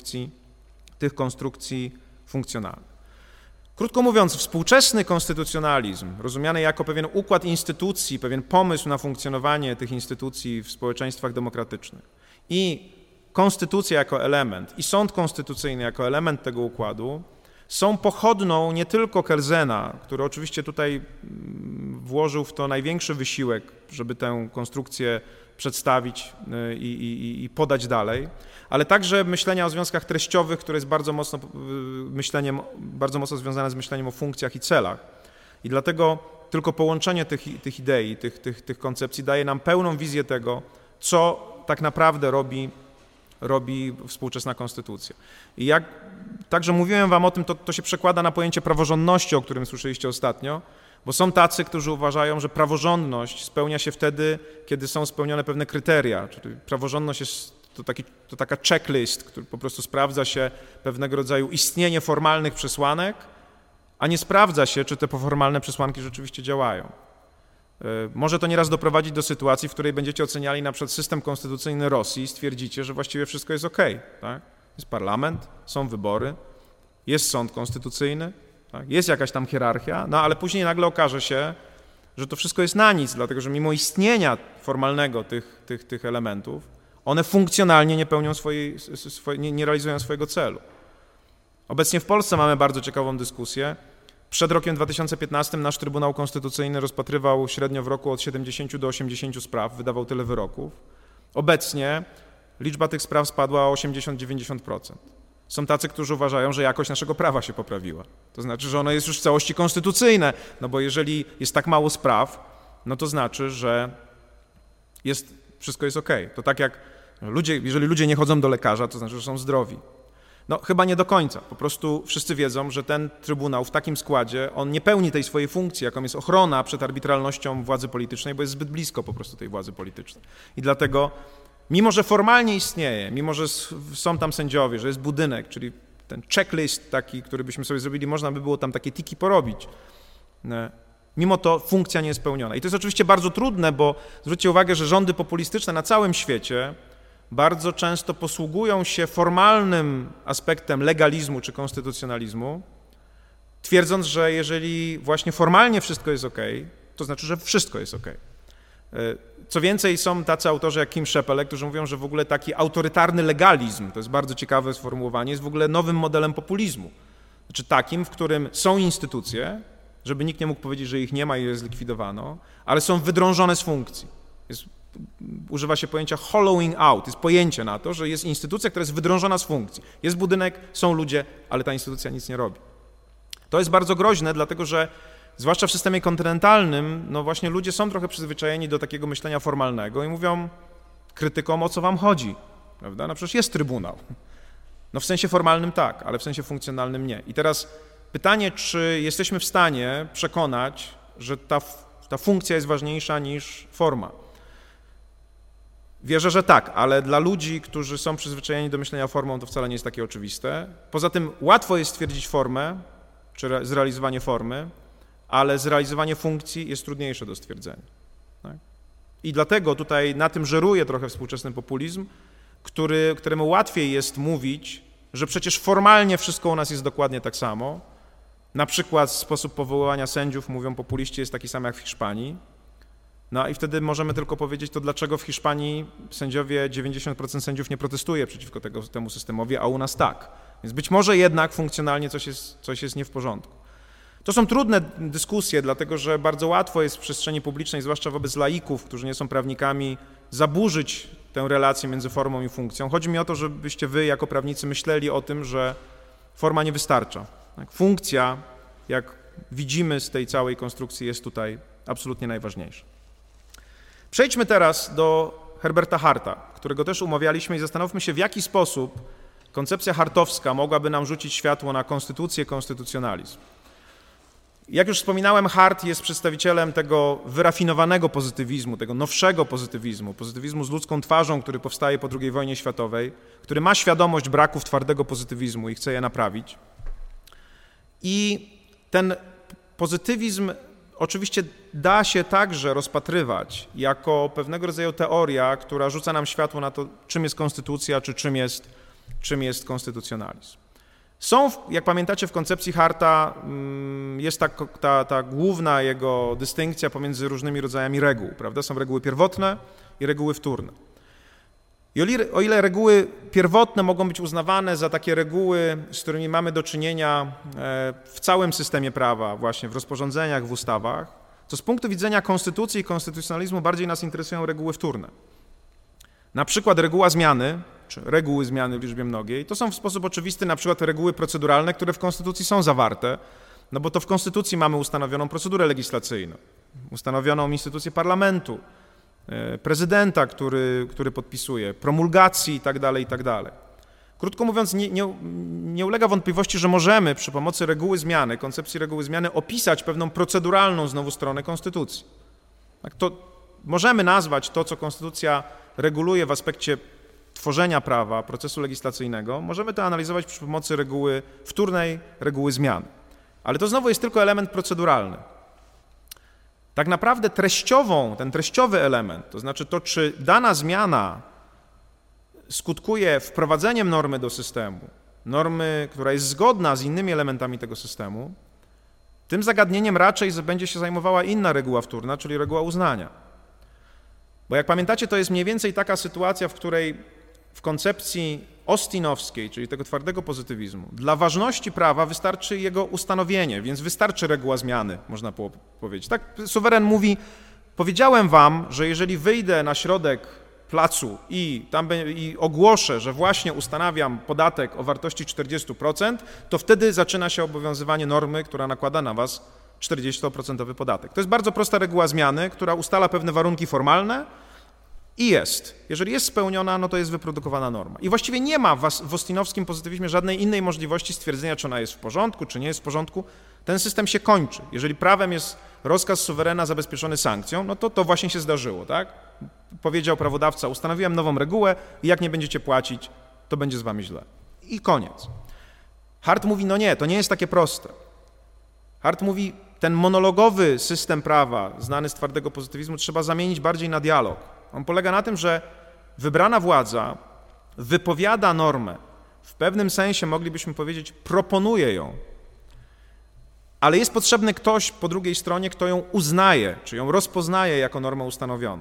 konstrukcji funkcjonalnych. Krótko mówiąc, współczesny konstytucjonalizm, rozumiany jako pewien układ instytucji, pewien pomysł na funkcjonowanie tych instytucji w społeczeństwach demokratycznych i konstytucja jako element i sąd konstytucyjny jako element tego układu są pochodną nie tylko Kelzena, który oczywiście tutaj włożył w to największy wysiłek, żeby tę konstrukcję przedstawić i podać dalej, ale także myślenia o związkach treściowych, które jest bardzo mocno związane z myśleniem o funkcjach i celach. I dlatego tylko połączenie tych idei, tych koncepcji daje nam pełną wizję tego, co tak naprawdę robi współczesna konstytucja. I jak także mówiłem wam o tym, to się przekłada na pojęcie praworządności, o którym słyszeliście ostatnio, bo są tacy, którzy uważają, że praworządność spełnia się wtedy, kiedy są spełnione pewne kryteria. Czyli praworządność jest to taka checklist, który po prostu sprawdza się pewnego rodzaju istnienie formalnych przesłanek, a nie sprawdza się, czy te formalne przesłanki rzeczywiście działają. Może to nieraz doprowadzić do sytuacji, w której będziecie oceniali na przykład system konstytucyjny Rosji i stwierdzicie, że właściwie wszystko jest okej, tak? Jest parlament, są wybory, jest sąd konstytucyjny, tak? Jest jakaś tam hierarchia, ale później nagle okaże się, że to wszystko jest na nic, dlatego że mimo istnienia formalnego tych elementów, one funkcjonalnie nie pełnią nie realizują swojego celu. Obecnie w Polsce mamy bardzo ciekawą dyskusję. Przed rokiem 2015 nasz Trybunał Konstytucyjny rozpatrywał średnio w roku od 70 do 80 spraw, wydawał tyle wyroków. Obecnie liczba tych spraw spadła o 80-90%. Są tacy, którzy uważają, że jakość naszego prawa się poprawiła. To znaczy, że ono jest już w całości konstytucyjne, bo jeżeli jest tak mało spraw, to znaczy, że wszystko jest okej. To tak jak jeżeli ludzie nie chodzą do lekarza, to znaczy, że są zdrowi. Chyba nie do końca. Po prostu wszyscy wiedzą, że ten Trybunał w takim składzie, on nie pełni tej swojej funkcji, jaką jest ochrona przed arbitralnością władzy politycznej, bo jest zbyt blisko po prostu tej władzy politycznej. I dlatego mimo że formalnie istnieje, mimo że są tam sędziowie, że jest budynek, czyli ten checklist taki, który byśmy sobie zrobili, można by było tam takie tiki porobić, mimo to funkcja nie jest spełniona. I to jest oczywiście bardzo trudne, bo zwróćcie uwagę, że rządy populistyczne na całym świecie bardzo często posługują się formalnym aspektem legalizmu czy konstytucjonalizmu, twierdząc, że jeżeli właśnie formalnie wszystko jest okej, to znaczy, że wszystko jest okej. Co więcej, są tacy autorzy jak Kim Szepele, którzy mówią, że w ogóle taki autorytarny legalizm, to jest bardzo ciekawe sformułowanie, jest w ogóle nowym modelem populizmu. Znaczy takim, w którym są instytucje, żeby nikt nie mógł powiedzieć, że ich nie ma i je zlikwidowano, ale są wydrążone z funkcji. Używa się pojęcia hollowing out, jest pojęcie na to, że jest instytucja, która jest wydrążona z funkcji. Jest budynek, są ludzie, ale ta instytucja nic nie robi. To jest bardzo groźne, dlatego że zwłaszcza w systemie kontynentalnym, no właśnie ludzie są trochę przyzwyczajeni do takiego myślenia formalnego i mówią krytykom, o co wam chodzi, prawda? No przecież jest trybunał. No w sensie formalnym tak, ale w sensie funkcjonalnym nie. I teraz pytanie, czy jesteśmy w stanie przekonać, że ta funkcja jest ważniejsza niż forma. Wierzę, że tak, ale dla ludzi, którzy są przyzwyczajeni do myślenia formą, to wcale nie jest takie oczywiste. Poza tym łatwo jest stwierdzić formę, czy zrealizowanie formy, ale zrealizowanie funkcji jest trudniejsze do stwierdzenia. Tak? I dlatego tutaj na tym żeruje trochę współczesny populizm, któremu łatwiej jest mówić, że przecież formalnie wszystko u nas jest dokładnie tak samo. Na przykład sposób powoływania sędziów, mówią populiści, jest taki sam jak w Hiszpanii. No i wtedy możemy tylko powiedzieć, to dlaczego w Hiszpanii 90% sędziów nie protestuje przeciwko temu systemowi, a u nas tak. Więc być może jednak funkcjonalnie coś jest nie w porządku. To są trudne dyskusje, dlatego że bardzo łatwo jest w przestrzeni publicznej, zwłaszcza wobec laików, którzy nie są prawnikami, zaburzyć tę relację między formą i funkcją. Chodzi mi o to, żebyście wy jako prawnicy myśleli o tym, że forma nie wystarcza. Funkcja, jak widzimy z tej całej konstrukcji, jest tutaj absolutnie najważniejsza. Przejdźmy teraz do Herberta Harta, którego też umawialiśmy i zastanówmy się, w jaki sposób koncepcja hartowska mogłaby nam rzucić światło na konstytucję, konstytucjonalizm. Jak już wspominałem, Hart jest przedstawicielem tego wyrafinowanego pozytywizmu, tego nowszego pozytywizmu z ludzką twarzą, który powstaje po II wojnie światowej, który ma świadomość braków twardego pozytywizmu i chce je naprawić. I ten pozytywizm oczywiście da się także rozpatrywać jako pewnego rodzaju teoria, która rzuca nam światło na to, czym jest konstytucja, czy czym jest konstytucjonalizm. Są, jak pamiętacie, w koncepcji Harta jest ta główna jego dystynkcja pomiędzy różnymi rodzajami reguł, prawda? Są reguły pierwotne i reguły wtórne. I o ile reguły pierwotne mogą być uznawane za takie reguły, z którymi mamy do czynienia w całym systemie prawa, właśnie w rozporządzeniach, w ustawach, to z punktu widzenia konstytucji i konstytucjonalizmu bardziej nas interesują reguły wtórne. Na przykład reguła zmiany, czy reguły zmiany w liczbie mnogiej, to są w sposób oczywisty na przykład reguły proceduralne, które w Konstytucji są zawarte, no bo to w Konstytucji mamy ustanowioną procedurę legislacyjną, ustanowioną instytucję parlamentu, prezydenta, który podpisuje, promulgacji itd., itd. Krótko mówiąc, nie ulega wątpliwości, że możemy przy pomocy reguły zmiany, koncepcji reguły zmiany opisać pewną proceduralną znowu stronę Konstytucji. Tak, to możemy nazwać to, co Konstytucja reguluje w aspekcie tworzenia prawa, procesu legislacyjnego, możemy to analizować przy pomocy reguły wtórnej, reguły zmiany. Ale to znowu jest tylko element proceduralny. Tak naprawdę ten treściowy element, to znaczy to, czy dana zmiana skutkuje wprowadzeniem normy do systemu, normy, która jest zgodna z innymi elementami tego systemu, tym zagadnieniem raczej będzie się zajmowała inna reguła wtórna, czyli reguła uznania. Bo jak pamiętacie, to jest mniej więcej taka sytuacja, w której w koncepcji austinowskiej, czyli tego twardego pozytywizmu, dla ważności prawa wystarczy jego ustanowienie, więc wystarczy reguła zmiany, można powiedzieć. Tak suweren mówi, powiedziałem wam, że jeżeli wyjdę na środek placu i ogłoszę, że właśnie ustanawiam podatek o wartości 40%, to wtedy zaczyna się obowiązywanie normy, która nakłada na was 40% podatek. To jest bardzo prosta reguła zmiany, która ustala pewne warunki formalne i jest. Jeżeli jest spełniona, no to jest wyprodukowana norma. I właściwie nie ma w austinowskim pozytywizmie żadnej innej możliwości stwierdzenia, czy ona jest w porządku, czy nie jest w porządku. Ten system się kończy. Jeżeli prawem jest rozkaz suwerena zabezpieczony sankcją, no to właśnie się zdarzyło, tak? Powiedział prawodawca, ustanowiłem nową regułę i jak nie będziecie płacić, to będzie z wami źle. I koniec. Hart mówi, no nie, to nie jest takie proste. Hart mówi, ten monologowy system prawa, znany z twardego pozytywizmu, trzeba zamienić bardziej na dialog. On polega na tym, że wybrana władza wypowiada normę, w pewnym sensie moglibyśmy powiedzieć, proponuje ją, ale jest potrzebny ktoś po drugiej stronie, kto ją uznaje, czy ją rozpoznaje jako normę ustanowioną.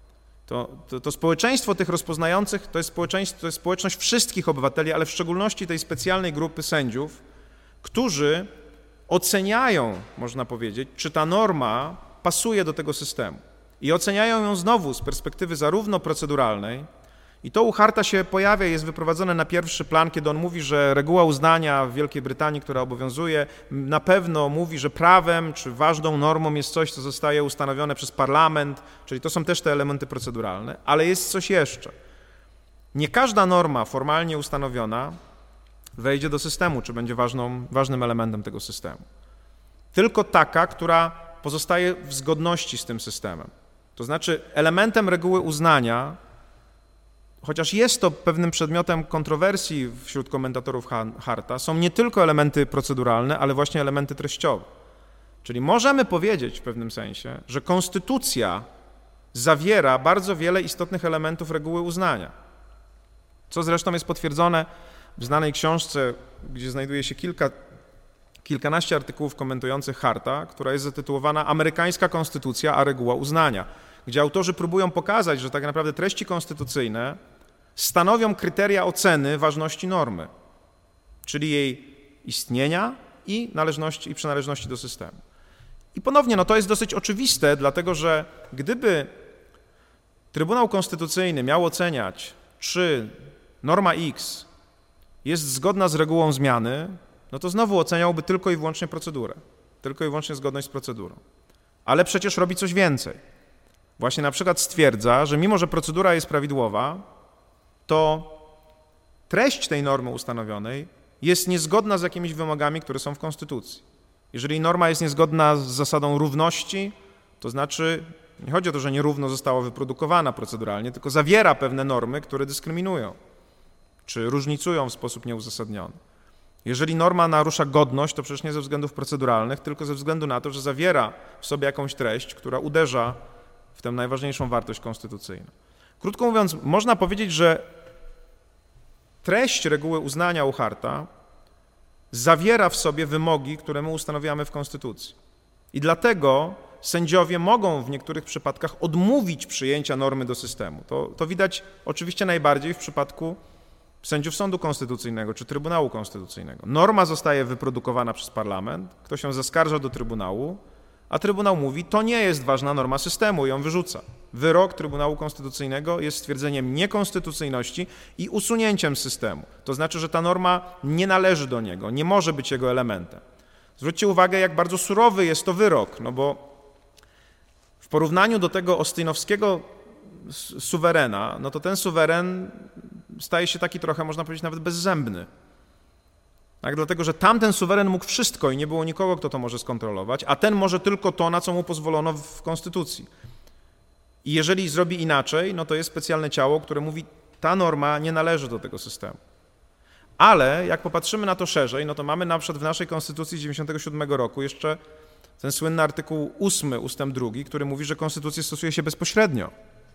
To społeczeństwo tych rozpoznających to jest społeczność wszystkich obywateli, ale w szczególności tej specjalnej grupy sędziów, którzy oceniają, można powiedzieć, czy ta norma pasuje do tego systemu. I oceniają ją znowu z perspektywy zarówno proceduralnej, i to u Harta się pojawia, jest wyprowadzone na pierwszy plan, kiedy on mówi, że reguła uznania w Wielkiej Brytanii, która obowiązuje, na pewno mówi, że prawem czy ważną normą jest coś, co zostaje ustanowione przez parlament, czyli to są też te elementy proceduralne, ale jest coś jeszcze. Nie każda norma formalnie ustanowiona wejdzie do systemu, czy będzie ważnym elementem tego systemu. Tylko taka, która pozostaje w zgodności z tym systemem. To znaczy elementem reguły uznania, chociaż jest to pewnym przedmiotem kontrowersji wśród komentatorów Harta, są nie tylko elementy proceduralne, ale właśnie elementy treściowe. Czyli możemy powiedzieć w pewnym sensie, że konstytucja zawiera bardzo wiele istotnych elementów reguły uznania, co zresztą jest potwierdzone w znanej książce, gdzie znajduje się kilkanaście artykułów komentujących Harta, która jest zatytułowana Amerykańska Konstytucja, a reguła uznania, gdzie autorzy próbują pokazać, że tak naprawdę treści konstytucyjne stanowią kryteria oceny ważności normy, czyli jej istnienia i należności i przynależności do systemu. I ponownie, to jest dosyć oczywiste, dlatego że gdyby Trybunał Konstytucyjny miał oceniać, czy norma X jest zgodna z regułą zmiany, to znowu oceniałby tylko i wyłącznie procedurę, tylko i wyłącznie zgodność z procedurą. Ale przecież robi coś więcej. Właśnie na przykład stwierdza, że mimo, że procedura jest prawidłowa, to treść tej normy ustanowionej jest niezgodna z jakimiś wymogami, które są w Konstytucji. Jeżeli norma jest niezgodna z zasadą równości, to znaczy, nie chodzi o to, że nierówno została wyprodukowana proceduralnie, tylko zawiera pewne normy, które dyskryminują, czy różnicują w sposób nieuzasadniony. Jeżeli norma narusza godność, to przecież nie ze względów proceduralnych, tylko ze względu na to, że zawiera w sobie jakąś treść, która uderza w tę najważniejszą wartość konstytucyjną. Krótko mówiąc, można powiedzieć, że treść reguły uznania u Harta zawiera w sobie wymogi, które my ustanawiamy w Konstytucji. I dlatego sędziowie mogą w niektórych przypadkach odmówić przyjęcia normy do systemu. To widać oczywiście najbardziej w przypadku sędziów Sądu Konstytucyjnego czy Trybunału Konstytucyjnego. Norma zostaje wyprodukowana przez parlament, ktoś ją zaskarża do Trybunału, a Trybunał mówi, to nie jest ważna norma systemu i ją wyrzuca. Wyrok Trybunału Konstytucyjnego jest stwierdzeniem niekonstytucyjności i usunięciem systemu. To znaczy, że ta norma nie należy do niego, nie może być jego elementem. Zwróćcie uwagę, jak bardzo surowy jest to wyrok, bo w porównaniu do tego ostynowskiego suwerena, to ten suweren staje się taki trochę, można powiedzieć, nawet bezzębny. Tak, dlatego, że tamten suweren mógł wszystko i nie było nikogo, kto to może skontrolować, a ten może tylko to, na co mu pozwolono w Konstytucji. I jeżeli zrobi inaczej, to jest specjalne ciało, które mówi, ta norma nie należy do tego systemu. Ale jak popatrzymy na to szerzej, to mamy na przykład w naszej Konstytucji z 1997 roku jeszcze ten słynny artykuł 8 ustęp 2, który mówi, że Konstytucję stosuje się bezpośrednio.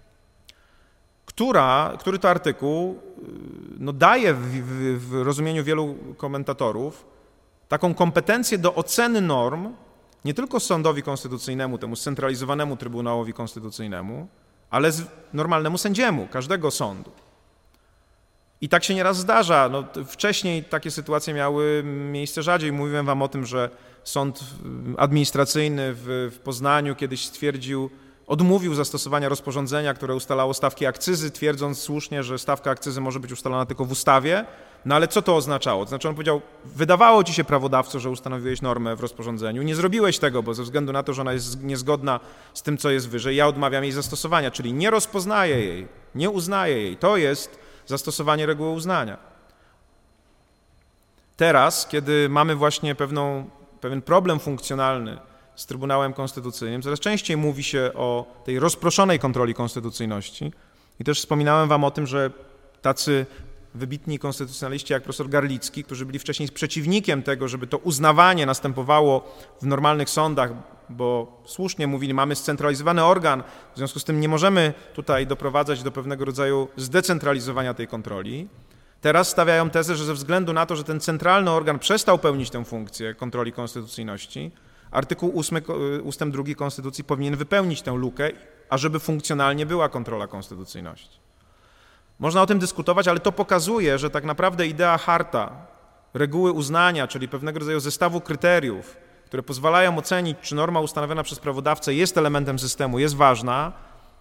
Który to artykuł daje w rozumieniu wielu komentatorów taką kompetencję do oceny norm nie tylko sądowi konstytucyjnemu, temu scentralizowanemu Trybunałowi Konstytucyjnemu, ale normalnemu sędziemu każdego sądu. I tak się nieraz zdarza. Wcześniej takie sytuacje miały miejsce rzadziej. Mówiłem wam o tym, że sąd administracyjny w Poznaniu kiedyś odmówił zastosowania rozporządzenia, które ustalało stawki akcyzy, twierdząc słusznie, że stawka akcyzy może być ustalona tylko w ustawie. Ale co to oznaczało? To znaczy on powiedział, wydawało ci się, prawodawco, że ustanowiłeś normę w rozporządzeniu, nie zrobiłeś tego, bo ze względu na to, że ona jest niezgodna z tym, co jest wyżej, ja odmawiam jej zastosowania, czyli nie rozpoznaję jej, nie uznaję jej. To jest zastosowanie reguły uznania. Teraz, kiedy mamy właśnie pewien problem funkcjonalny z Trybunałem Konstytucyjnym. Coraz częściej mówi się o tej rozproszonej kontroli konstytucyjności i też wspominałem wam o tym, że tacy wybitni konstytucjonaliści jak profesor Garlicki, którzy byli wcześniej przeciwnikiem tego, żeby to uznawanie następowało w normalnych sądach, bo słusznie mówili, mamy scentralizowany organ, w związku z tym nie możemy tutaj doprowadzać do pewnego rodzaju zdecentralizowania tej kontroli. Teraz stawiają tezę, że ze względu na to, że ten centralny organ przestał pełnić tę funkcję kontroli konstytucyjności, artykuł 8 ustęp 2 Konstytucji powinien wypełnić tę lukę, ażeby funkcjonalnie była kontrola konstytucyjności. Można o tym dyskutować, ale to pokazuje, że tak naprawdę idea harta, reguły uznania, czyli pewnego rodzaju zestawu kryteriów, które pozwalają ocenić, czy norma ustanowiona przez prawodawcę jest elementem systemu, jest ważna,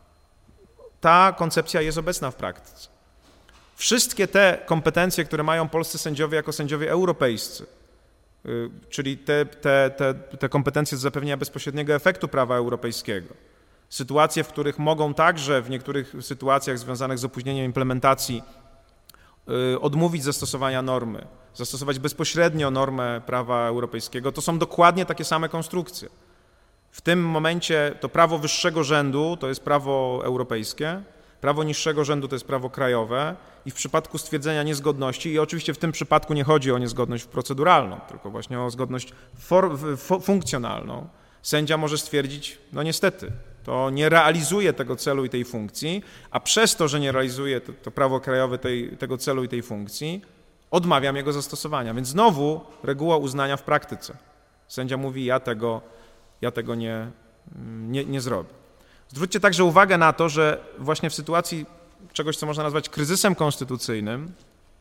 ta koncepcja jest obecna w praktyce. Wszystkie te kompetencje, które mają polscy sędziowie jako sędziowie europejscy, czyli te kompetencje do zapewnienia bezpośredniego efektu prawa europejskiego, sytuacje, w których mogą także w niektórych sytuacjach związanych z opóźnieniem implementacji odmówić zastosowania normy, zastosować bezpośrednio normę prawa europejskiego, to są dokładnie takie same konstrukcje. W tym momencie to prawo wyższego rzędu to jest prawo europejskie, prawo niższego rzędu to jest prawo krajowe i w przypadku stwierdzenia niezgodności, i oczywiście w tym przypadku nie chodzi o niezgodność proceduralną, tylko właśnie o zgodność funkcjonalną, sędzia może stwierdzić, no niestety, to nie realizuje tego celu i tej funkcji, a przez to, że nie realizuje to prawo krajowe tego celu i tej funkcji, odmawiam jego zastosowania. Więc znowu reguła uznania w praktyce. Sędzia mówi, ja tego nie zrobię. Zwróćcie także uwagę na to, że właśnie w sytuacji czegoś, co można nazwać kryzysem konstytucyjnym,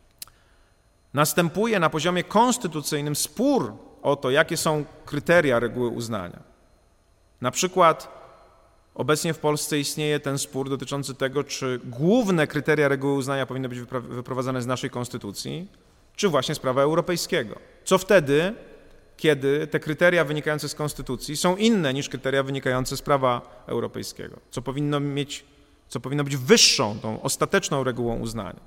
następuje na poziomie konstytucyjnym spór o to, jakie są kryteria reguły uznania. Na przykład obecnie w Polsce istnieje ten spór dotyczący tego, czy główne kryteria reguły uznania powinny być wyprowadzane z naszej konstytucji, czy właśnie z prawa europejskiego. Co wtedy, kiedy te kryteria wynikające z konstytucji są inne niż kryteria wynikające z prawa europejskiego, co powinno być wyższą, tą ostateczną regułą uznania.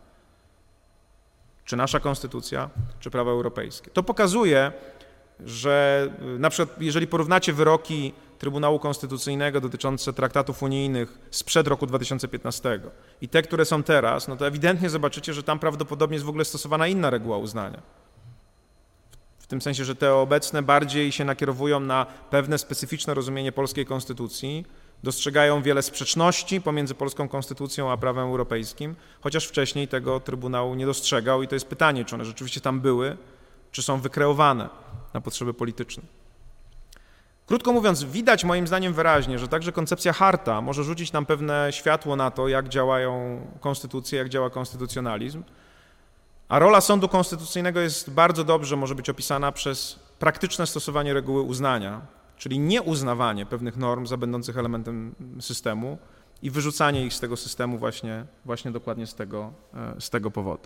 Czy nasza konstytucja, czy prawo europejskie. To pokazuje, że na przykład jeżeli porównacie wyroki Trybunału Konstytucyjnego dotyczące traktatów unijnych sprzed roku 2015 i te, które są teraz, no to ewidentnie zobaczycie, że tam prawdopodobnie jest w ogóle stosowana inna reguła uznania. W tym sensie, że te obecne bardziej się nakierowują na pewne specyficzne rozumienie polskiej konstytucji, dostrzegają wiele sprzeczności pomiędzy polską konstytucją a prawem europejskim, chociaż wcześniej tego Trybunał nie dostrzegał i to jest pytanie, czy one rzeczywiście tam były, czy są wykreowane na potrzeby polityczne. Krótko mówiąc, widać moim zdaniem wyraźnie, że także koncepcja harta może rzucić nam pewne światło na to, jak działają konstytucje, jak działa konstytucjonalizm, a rola sądu konstytucyjnego jest bardzo dobrze, może być opisana przez praktyczne stosowanie reguły uznania, czyli nieuznawanie pewnych norm za będących elementem systemu i wyrzucanie ich z tego systemu właśnie dokładnie z tego powodu.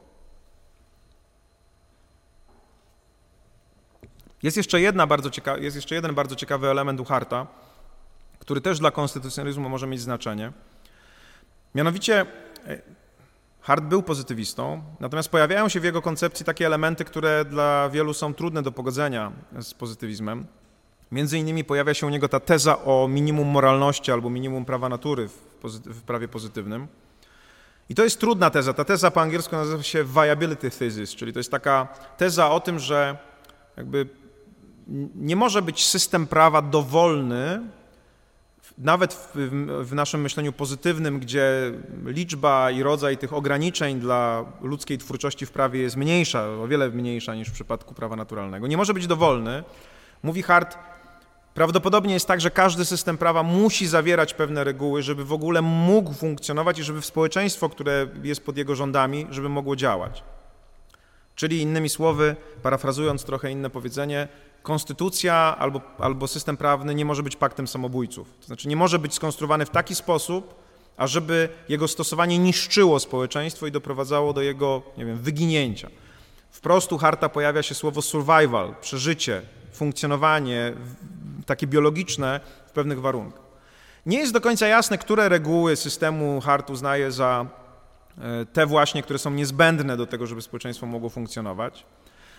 Jest jeszcze jeden bardzo ciekawy element u harta, który też dla konstytucjonalizmu może mieć znaczenie. Mianowicie Hart był pozytywistą, natomiast pojawiają się w jego koncepcji takie elementy, które dla wielu są trudne do pogodzenia z pozytywizmem. Między innymi pojawia się u niego ta teza o minimum moralności albo minimum prawa natury w prawie pozytywnym. I to jest trudna teza. Ta teza po angielsku nazywa się viability thesis, czyli to jest taka teza o tym, że jakby nie może być system prawa dowolny, nawet w naszym myśleniu pozytywnym, gdzie liczba i rodzaj tych ograniczeń dla ludzkiej twórczości w prawie jest mniejsza, o wiele mniejsza niż w przypadku prawa naturalnego. Nie może być dowolny. Mówi Hart, prawdopodobnie jest tak, że każdy system prawa musi zawierać pewne reguły, żeby w ogóle mógł funkcjonować i żeby społeczeństwo, które jest pod jego rządami, żeby mogło działać. Czyli innymi słowy, parafrazując trochę inne powiedzenie, konstytucja albo system prawny nie może być paktem samobójców. To znaczy nie może być skonstruowany w taki sposób, ażeby jego stosowanie niszczyło społeczeństwo i doprowadzało do jego, wyginięcia. Wprost u Harta pojawia się słowo survival, przeżycie, funkcjonowanie takie biologiczne w pewnych warunkach. Nie jest do końca jasne, które reguły systemu Hart uznaje za te właśnie, które są niezbędne do tego, żeby społeczeństwo mogło funkcjonować.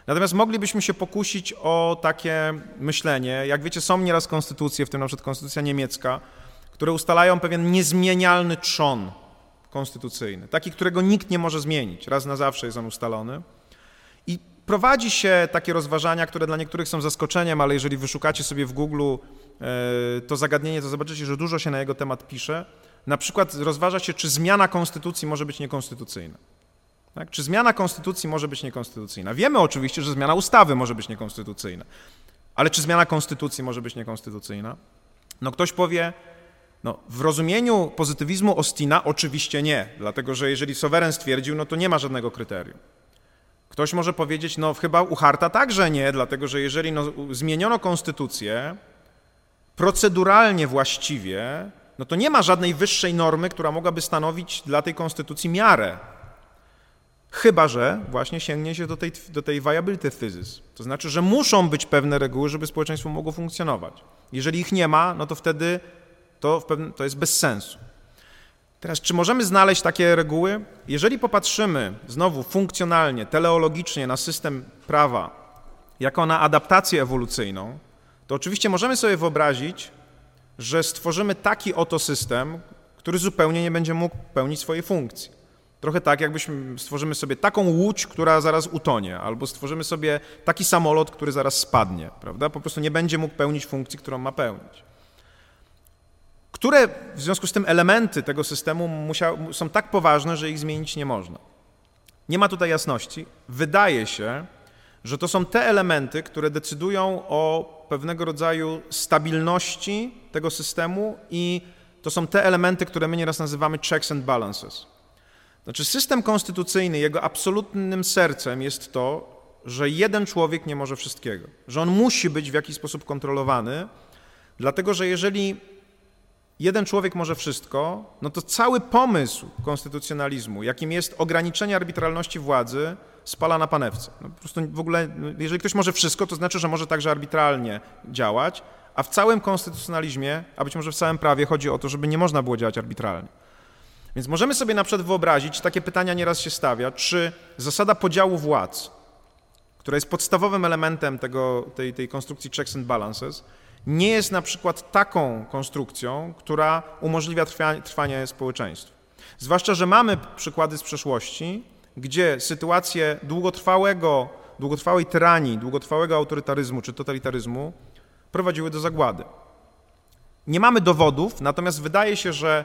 Natomiast moglibyśmy się pokusić o takie myślenie, jak wiecie, są nieraz konstytucje, w tym na przykład konstytucja niemiecka, które ustalają pewien niezmienialny trzon konstytucyjny, taki, którego nikt nie może zmienić, raz na zawsze jest on ustalony. I prowadzi się takie rozważania, które dla niektórych są zaskoczeniem, ale jeżeli wyszukacie sobie w Google to zagadnienie, to zobaczycie, że dużo się na jego temat pisze. Na przykład rozważa się, czy zmiana konstytucji może być niekonstytucyjna. Tak? Czy zmiana konstytucji może być niekonstytucyjna? Wiemy oczywiście, że zmiana ustawy może być niekonstytucyjna, ale czy zmiana konstytucji może być niekonstytucyjna? No ktoś powie, no w rozumieniu pozytywizmu Austina oczywiście nie, dlatego że jeżeli Sovereign stwierdził, no to nie ma żadnego kryterium. Ktoś może powiedzieć, no chyba u Harta także nie, dlatego że jeżeli zmieniono konstytucję proceduralnie właściwie, no to nie ma żadnej wyższej normy, która mogłaby stanowić dla tej konstytucji miarę. Chyba że właśnie sięgnie się do tej viability thesis. To znaczy, że muszą być pewne reguły, żeby społeczeństwo mogło funkcjonować. Jeżeli ich nie ma, no to wtedy to jest bez sensu. Teraz, czy możemy znaleźć takie reguły? Jeżeli popatrzymy znowu funkcjonalnie, teleologicznie na system prawa jako na adaptację ewolucyjną, to oczywiście możemy sobie wyobrazić, że stworzymy taki oto system, który zupełnie nie będzie mógł pełnić swojej funkcji. Trochę tak, jakbyśmy stworzymy sobie taką łódź, która zaraz utonie, albo stworzymy sobie taki samolot, który zaraz spadnie, prawda? Po prostu nie będzie mógł pełnić funkcji, którą ma pełnić. Które w związku z tym elementy tego systemu są tak poważne, że ich zmienić nie można. Nie ma tutaj jasności. Wydaje się, że to są te elementy, które decydują o pewnego rodzaju stabilności tego systemu i to są te elementy, które my nieraz nazywamy checks and balances. Znaczy system konstytucyjny, jego absolutnym sercem jest to, że jeden człowiek nie może wszystkiego, że on musi być w jakiś sposób kontrolowany, dlatego że jeżeli jeden człowiek może wszystko, no to cały pomysł konstytucjonalizmu, jakim jest ograniczenie arbitralności władzy, spala na panewce. No po prostu w ogóle, jeżeli ktoś może wszystko, to znaczy, że może także arbitralnie działać, a w całym konstytucjonalizmie, a być może w całym prawie chodzi o to, żeby nie można było działać arbitralnie. Więc możemy sobie na przykład wyobrazić, takie pytania nieraz się stawia, czy zasada podziału władz, która jest podstawowym elementem tej konstrukcji checks and balances, nie jest na przykład taką konstrukcją, która umożliwia trwanie społeczeństwa. Zwłaszcza, że mamy przykłady z przeszłości, gdzie sytuacje długotrwałej tyranii, długotrwałego autorytaryzmu czy totalitaryzmu prowadziły do zagłady. Nie mamy dowodów, natomiast wydaje się, że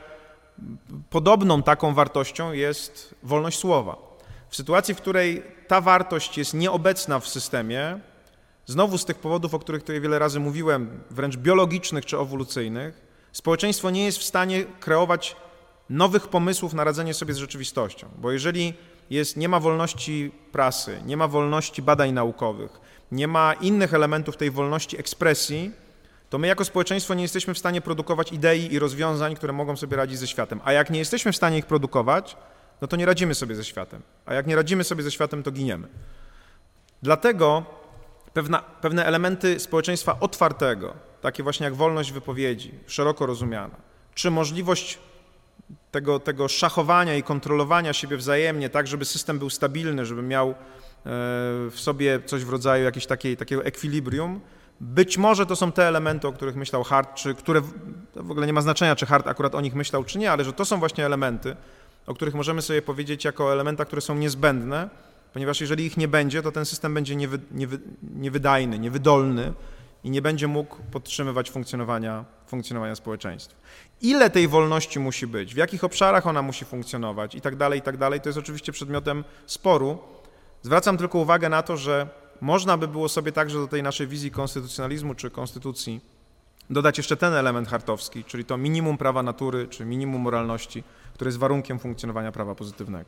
podobną taką wartością jest wolność słowa. W sytuacji, w której ta wartość jest nieobecna w systemie, znowu z tych powodów, o których tutaj wiele razy mówiłem, wręcz biologicznych czy ewolucyjnych, społeczeństwo nie jest w stanie kreować nowych pomysłów na radzenie sobie z rzeczywistością. Bo jeżeli nie ma wolności prasy, nie ma wolności badań naukowych, nie ma innych elementów tej wolności ekspresji, to my jako społeczeństwo nie jesteśmy w stanie produkować idei i rozwiązań, które mogą sobie radzić ze światem. A jak nie jesteśmy w stanie ich produkować, no to nie radzimy sobie ze światem. A jak nie radzimy sobie ze światem, to giniemy. Dlatego pewne elementy społeczeństwa otwartego, takie właśnie jak wolność wypowiedzi, szeroko rozumiana, czy możliwość tego szachowania i kontrolowania siebie wzajemnie, tak żeby system był stabilny, żeby miał w sobie coś w rodzaju jakiegoś takiego ekwilibrium, być może to są te elementy, o których myślał Hart, czy które w ogóle nie ma znaczenia, czy Hart akurat o nich myślał, czy nie, ale że to są właśnie elementy, o których możemy sobie powiedzieć jako o elementach, które są niezbędne, ponieważ jeżeli ich nie będzie, to ten system będzie niewydajny, niewydolny i nie będzie mógł podtrzymywać funkcjonowania społeczeństwa. Ile tej wolności musi być, w jakich obszarach ona musi funkcjonować i tak dalej, to jest oczywiście przedmiotem sporu. Zwracam tylko uwagę na to, że można by było sobie także do tej naszej wizji konstytucjonalizmu czy konstytucji dodać jeszcze ten element hartowski, czyli to minimum prawa natury czy minimum moralności, które jest warunkiem funkcjonowania prawa pozytywnego.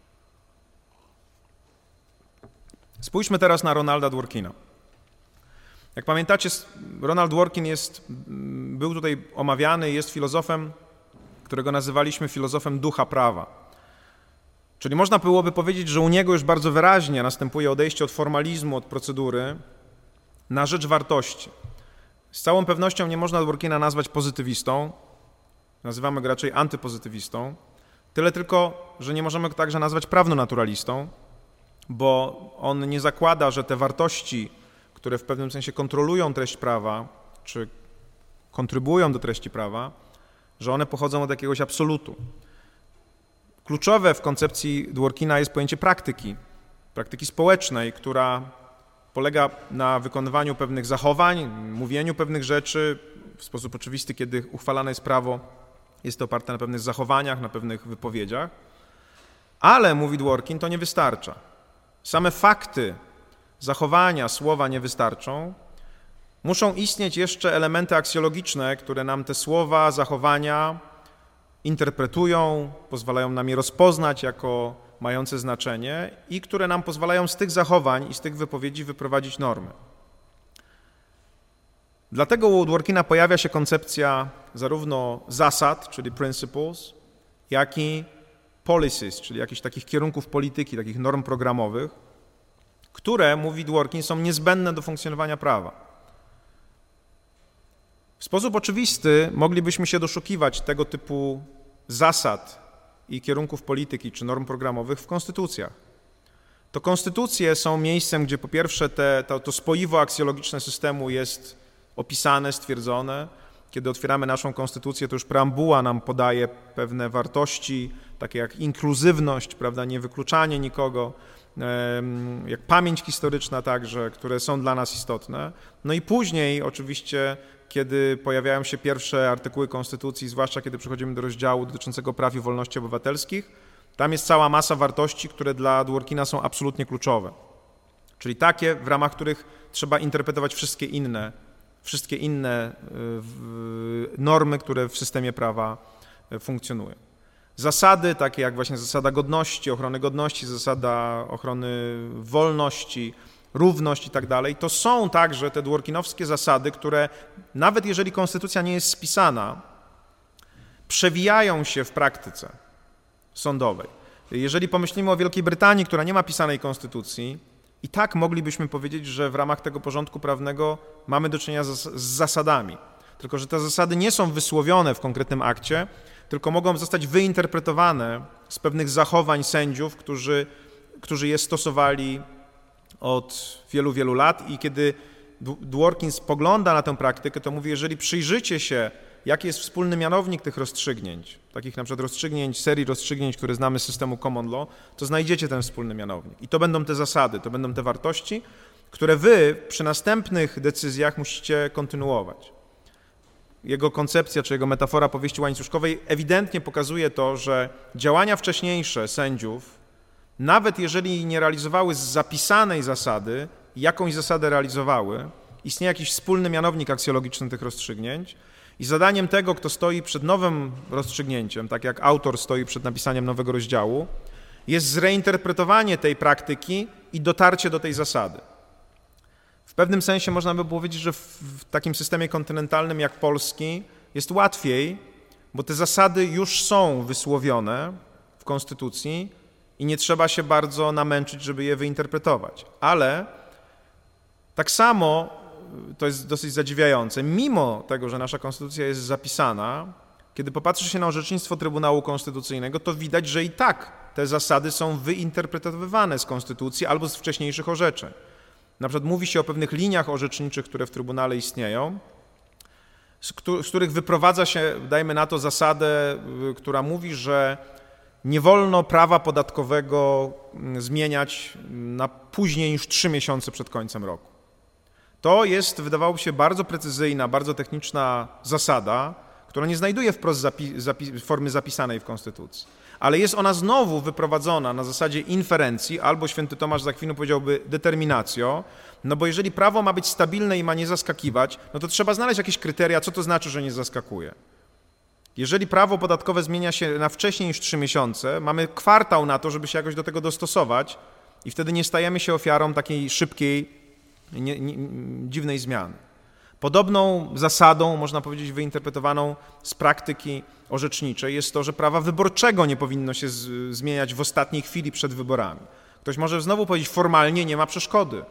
Spójrzmy teraz na Ronalda Dworkina. Jak pamiętacie, Ronald Dworkin był tutaj omawiany, jest filozofem, którego nazywaliśmy filozofem ducha prawa. Czyli można byłoby powiedzieć, że u niego już bardzo wyraźnie następuje odejście od formalizmu, od procedury na rzecz wartości. Z całą pewnością nie można Dworkina nazwać pozytywistą, nazywamy go raczej antypozytywistą, tyle tylko, że nie możemy go także nazwać prawnonaturalistą, bo on nie zakłada, że te wartości, które w pewnym sensie kontrolują treść prawa, czy kontrybuują do treści prawa, że one pochodzą od jakiegoś absolutu. Kluczowe w koncepcji Dworkina jest pojęcie praktyki społecznej, która polega na wykonywaniu pewnych zachowań, mówieniu pewnych rzeczy. W sposób oczywisty, kiedy uchwalane jest prawo, jest to oparte na pewnych zachowaniach, na pewnych wypowiedziach. Ale, mówi Dworkin, to nie wystarcza. Same fakty, zachowania, słowa nie wystarczą. Muszą istnieć jeszcze elementy aksjologiczne, które nam te słowa, zachowania interpretują, pozwalają nam je rozpoznać jako mające znaczenie i które nam pozwalają z tych zachowań i z tych wypowiedzi wyprowadzić normy. Dlatego u Dworkina pojawia się koncepcja zarówno zasad, czyli principles, jak i policies, czyli jakichś takich kierunków polityki, takich norm programowych, które, mówi Dworkin, są niezbędne do funkcjonowania prawa. W sposób oczywisty moglibyśmy się doszukiwać tego typu zasad i kierunków polityki czy norm programowych w konstytucjach. To konstytucje są miejscem, gdzie po pierwsze to spoiwo aksjologiczne systemu jest opisane, stwierdzone. Kiedy otwieramy naszą konstytucję, to już preambuła nam podaje pewne wartości, takie jak inkluzywność, prawda, niewykluczanie nikogo, jak pamięć historyczna także, które są dla nas istotne. No i później oczywiście, kiedy pojawiają się pierwsze artykuły konstytucji, zwłaszcza kiedy przechodzimy do rozdziału dotyczącego praw i wolności obywatelskich, tam jest cała masa wartości, które dla Dworkina są absolutnie kluczowe. Czyli takie, w ramach których trzeba interpretować wszystkie inne normy, które w systemie prawa funkcjonują. Zasady, takie jak właśnie zasada godności, ochrony godności, zasada ochrony wolności, równość i tak dalej, to są także te dworkinowskie zasady, które nawet jeżeli konstytucja nie jest spisana, przewijają się w praktyce sądowej. Jeżeli pomyślimy o Wielkiej Brytanii, która nie ma pisanej konstytucji, i tak moglibyśmy powiedzieć, że w ramach tego porządku prawnego mamy do czynienia z zasadami. Tylko że te zasady nie są wysłowione w konkretnym akcie, tylko mogą zostać wyinterpretowane z pewnych zachowań sędziów, którzy je stosowali od wielu, wielu lat. I kiedy Dworkin spogląda na tę praktykę, to mówi, jeżeli przyjrzycie się, jaki jest wspólny mianownik tych rozstrzygnięć, takich na przykład serii rozstrzygnięć, które znamy z systemu common law, to znajdziecie ten wspólny mianownik. I to będą te zasady, to będą te wartości, które wy przy następnych decyzjach musicie kontynuować. Jego koncepcja, czy jego metafora powieści łańcuszkowej ewidentnie pokazuje to, że działania wcześniejsze sędziów, nawet jeżeli nie realizowały z zapisanej zasady, jakąś zasadę realizowały, istnieje jakiś wspólny mianownik aksjologiczny tych rozstrzygnięć i zadaniem tego, kto stoi przed nowym rozstrzygnięciem, tak jak autor stoi przed napisaniem nowego rozdziału, jest zreinterpretowanie tej praktyki i dotarcie do tej zasady. W pewnym sensie można by powiedzieć, że w takim systemie kontynentalnym jak polski jest łatwiej, bo te zasady już są wysłowione w konstytucji i nie trzeba się bardzo namęczyć, żeby je wyinterpretować. Ale tak samo, to jest dosyć zadziwiające, mimo tego, że nasza konstytucja jest zapisana, kiedy popatrzy się na orzecznictwo Trybunału Konstytucyjnego, to widać, że i tak te zasady są wyinterpretowywane z konstytucji albo z wcześniejszych orzeczeń. Na przykład mówi się o pewnych liniach orzeczniczych, które w Trybunale istnieją, z których wyprowadza się, dajmy na to, zasadę, która mówi, że nie wolno prawa podatkowego zmieniać na później niż 3 miesiące przed końcem roku. To jest, wydawałoby się, bardzo precyzyjna, bardzo techniczna zasada, która nie znajduje wprost formy zapisanej w Konstytucji. Ale jest ona znowu wyprowadzona na zasadzie inferencji, albo święty Tomasz z Akwinu powiedziałby determinatio, no bo jeżeli prawo ma być stabilne i ma nie zaskakiwać, no to trzeba znaleźć jakieś kryteria, co to znaczy, że nie zaskakuje. Jeżeli prawo podatkowe zmienia się na wcześniej niż 3 miesiące, mamy kwartał na to, żeby się jakoś do tego dostosować i wtedy nie stajemy się ofiarą takiej szybkiej, dziwnej zmiany. Podobną zasadą, można powiedzieć, wyinterpretowaną z praktyki orzeczniczej jest to, że prawa wyborczego nie powinno się zmieniać w ostatniej chwili przed wyborami. Ktoś może znowu powiedzieć, formalnie nie ma przeszkody,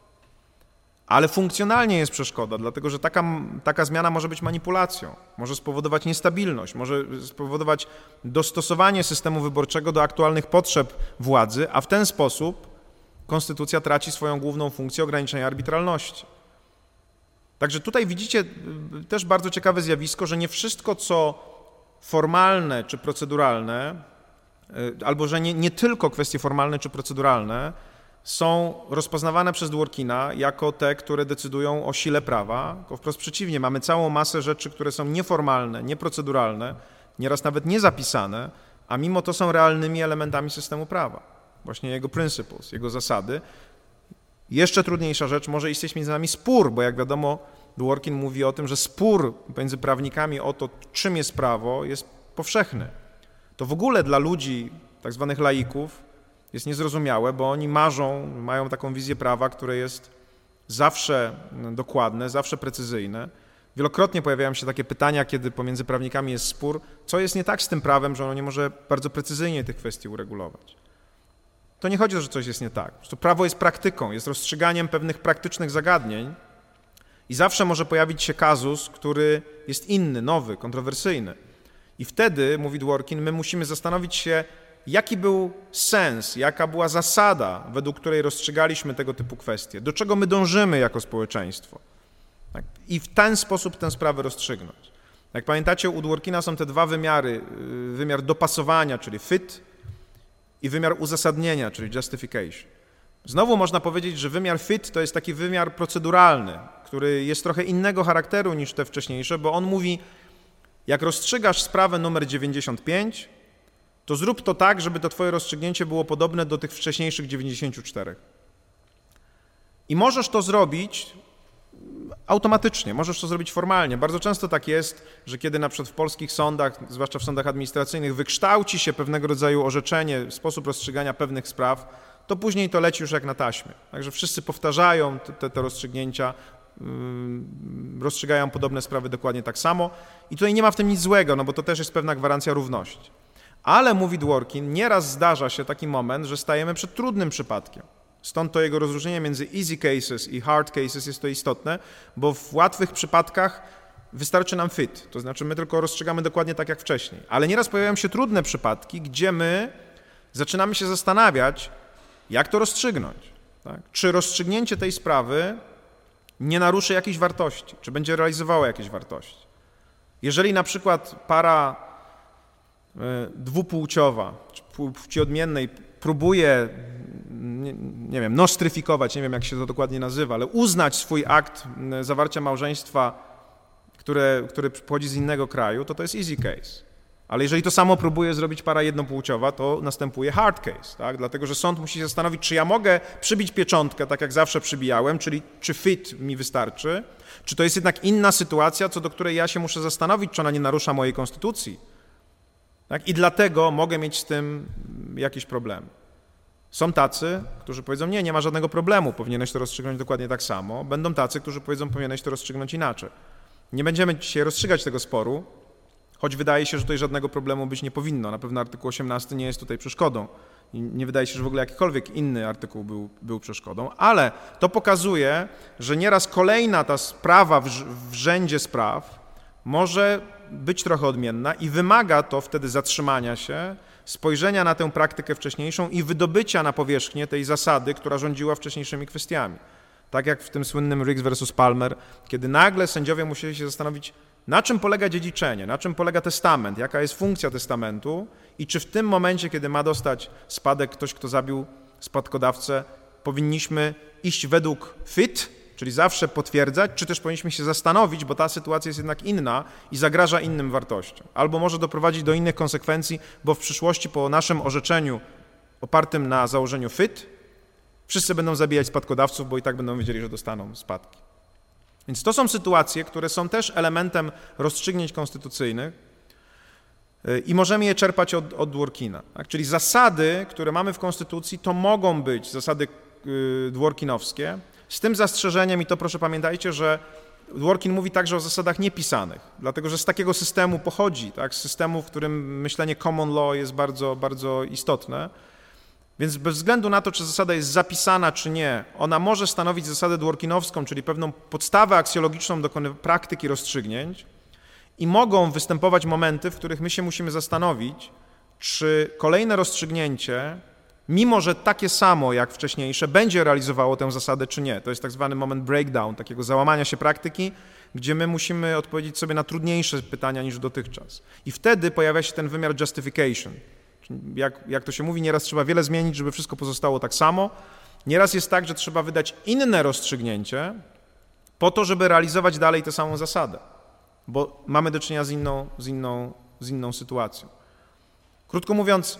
ale funkcjonalnie jest przeszkoda, dlatego że taka zmiana może być manipulacją, może spowodować niestabilność, może spowodować dostosowanie systemu wyborczego do aktualnych potrzeb władzy, a w ten sposób konstytucja traci swoją główną funkcję ograniczenia arbitralności. Także tutaj widzicie też bardzo ciekawe zjawisko, że nie wszystko, co formalne czy proceduralne, albo że nie tylko kwestie formalne czy proceduralne są rozpoznawane przez Dworkina jako te, które decydują o sile prawa, tylko wprost przeciwnie, mamy całą masę rzeczy, które są nieformalne, nieproceduralne, nieraz nawet niezapisane, a mimo to są realnymi elementami systemu prawa, właśnie jego principles, jego zasady. Jeszcze trudniejsza rzecz, może istnieć między nami spór, bo jak wiadomo, Dworkin mówi o tym, że spór między prawnikami o to, czym jest prawo, jest powszechny. To w ogóle dla ludzi, tak zwanych laików, jest niezrozumiałe, bo oni mają taką wizję prawa, które jest zawsze dokładne, zawsze precyzyjne. Wielokrotnie pojawiają się takie pytania, kiedy pomiędzy prawnikami jest spór, co jest nie tak z tym prawem, że ono nie może bardzo precyzyjnie tych kwestii uregulować. To nie chodzi o to, że coś jest nie tak. To prawo jest praktyką, jest rozstrzyganiem pewnych praktycznych zagadnień i zawsze może pojawić się kazus, który jest inny, nowy, kontrowersyjny. I wtedy, mówi Dworkin, my musimy zastanowić się, jaki był sens, jaka była zasada, według której rozstrzygaliśmy tego typu kwestie, do czego my dążymy jako społeczeństwo. Tak? I w ten sposób tę sprawę rozstrzygnąć. Jak pamiętacie, u Dworkina są te dwa wymiary, wymiar dopasowania, czyli fit, i wymiar uzasadnienia, czyli justification. Znowu można powiedzieć, że wymiar fit to jest taki wymiar proceduralny, który jest trochę innego charakteru niż te wcześniejsze, bo on mówi, jak rozstrzygasz sprawę numer 95, to zrób to tak, żeby to twoje rozstrzygnięcie było podobne do tych wcześniejszych 94. I możesz to zrobić automatycznie, możesz to zrobić formalnie. Bardzo często tak jest, że kiedy na przykład w polskich sądach, zwłaszcza w sądach administracyjnych, wykształci się pewnego rodzaju orzeczenie, sposób rozstrzygania pewnych spraw, to później to leci już jak na taśmie. Także wszyscy powtarzają te rozstrzygnięcia, rozstrzygają podobne sprawy dokładnie tak samo i tutaj nie ma w tym nic złego, no bo to też jest pewna gwarancja równości. Ale, mówi Dworkin, nieraz zdarza się taki moment, że stajemy przed trudnym przypadkiem. Stąd to jego rozróżnienie między easy cases i hard cases jest to istotne, bo w łatwych przypadkach wystarczy nam fit, to znaczy my tylko rozstrzygamy dokładnie tak jak wcześniej. Ale nieraz pojawiają się trudne przypadki, gdzie my zaczynamy się zastanawiać, jak to rozstrzygnąć. Tak? Czy rozstrzygnięcie tej sprawy nie naruszy jakiejś wartości, czy będzie realizowało jakieś wartości. Jeżeli na przykład para dwupłciowa, czy płci odmiennej próbuje, nie wiem, nostryfikować, nie wiem jak się to dokładnie nazywa, ale uznać swój akt zawarcia małżeństwa, który pochodzi z innego kraju, to jest easy case. Ale jeżeli to samo próbuje zrobić para jednopłciowa, to następuje hard case, tak? Dlatego że sąd musi się zastanowić, czy ja mogę przybić pieczątkę, tak jak zawsze przybijałem, czyli czy fit mi wystarczy, czy to jest jednak inna sytuacja, co do której ja się muszę zastanowić, czy ona nie narusza mojej konstytucji. Tak? I dlatego mogę mieć z tym jakieś problemy. Są tacy, którzy powiedzą, nie ma żadnego problemu, powinieneś to rozstrzygnąć dokładnie tak samo. Będą tacy, którzy powiedzą, powinieneś to rozstrzygnąć inaczej. Nie będziemy dzisiaj rozstrzygać tego sporu, choć wydaje się, że tutaj żadnego problemu być nie powinno. Na pewno artykuł 18 nie jest tutaj przeszkodą. I nie wydaje się, że w ogóle jakikolwiek inny artykuł był przeszkodą, ale to pokazuje, że nieraz kolejna ta sprawa w rzędzie spraw może być trochę odmienna i wymaga to wtedy zatrzymania się, spojrzenia na tę praktykę wcześniejszą i wydobycia na powierzchnię tej zasady, która rządziła wcześniejszymi kwestiami. Tak jak w tym słynnym Riggs versus Palmer, kiedy nagle sędziowie musieli się zastanowić, na czym polega dziedziczenie, na czym polega testament, jaka jest funkcja testamentu i czy w tym momencie, kiedy ma dostać spadek ktoś, kto zabił spadkodawcę, powinniśmy iść według fit, czyli zawsze potwierdzać, czy też powinniśmy się zastanowić, bo ta sytuacja jest jednak inna i zagraża innym wartościom. Albo może doprowadzić do innych konsekwencji, bo w przyszłości po naszym orzeczeniu opartym na założeniu fit, wszyscy będą zabijać spadkodawców, bo i tak będą wiedzieli, że dostaną spadki. Więc to są sytuacje, które są też elementem rozstrzygnięć konstytucyjnych i możemy je czerpać od Dworkina. Tak? Czyli zasady, które mamy w konstytucji, to mogą być zasady dworkinowskie, z tym zastrzeżeniem, i to proszę pamiętajcie, że Dworkin mówi także o zasadach niepisanych, dlatego że z takiego systemu pochodzi, tak? Z systemu, w którym myślenie common law jest bardzo, bardzo istotne. Więc bez względu na to, czy zasada jest zapisana, czy nie, ona może stanowić zasadę dworkinowską, czyli pewną podstawę aksjologiczną do praktyki rozstrzygnięć i mogą występować momenty, w których my się musimy zastanowić, czy kolejne rozstrzygnięcie mimo że takie samo jak wcześniejsze, będzie realizowało tę zasadę czy nie. To jest tak zwany moment breakdown, takiego załamania się praktyki, gdzie my musimy odpowiedzieć sobie na trudniejsze pytania niż dotychczas. I wtedy pojawia się ten wymiar justification. Jak to się mówi, nieraz trzeba wiele zmienić, żeby wszystko pozostało tak samo. Nieraz jest tak, że trzeba wydać inne rozstrzygnięcie po to, żeby realizować dalej tę samą zasadę, bo mamy do czynienia z inną sytuacją. Krótko mówiąc,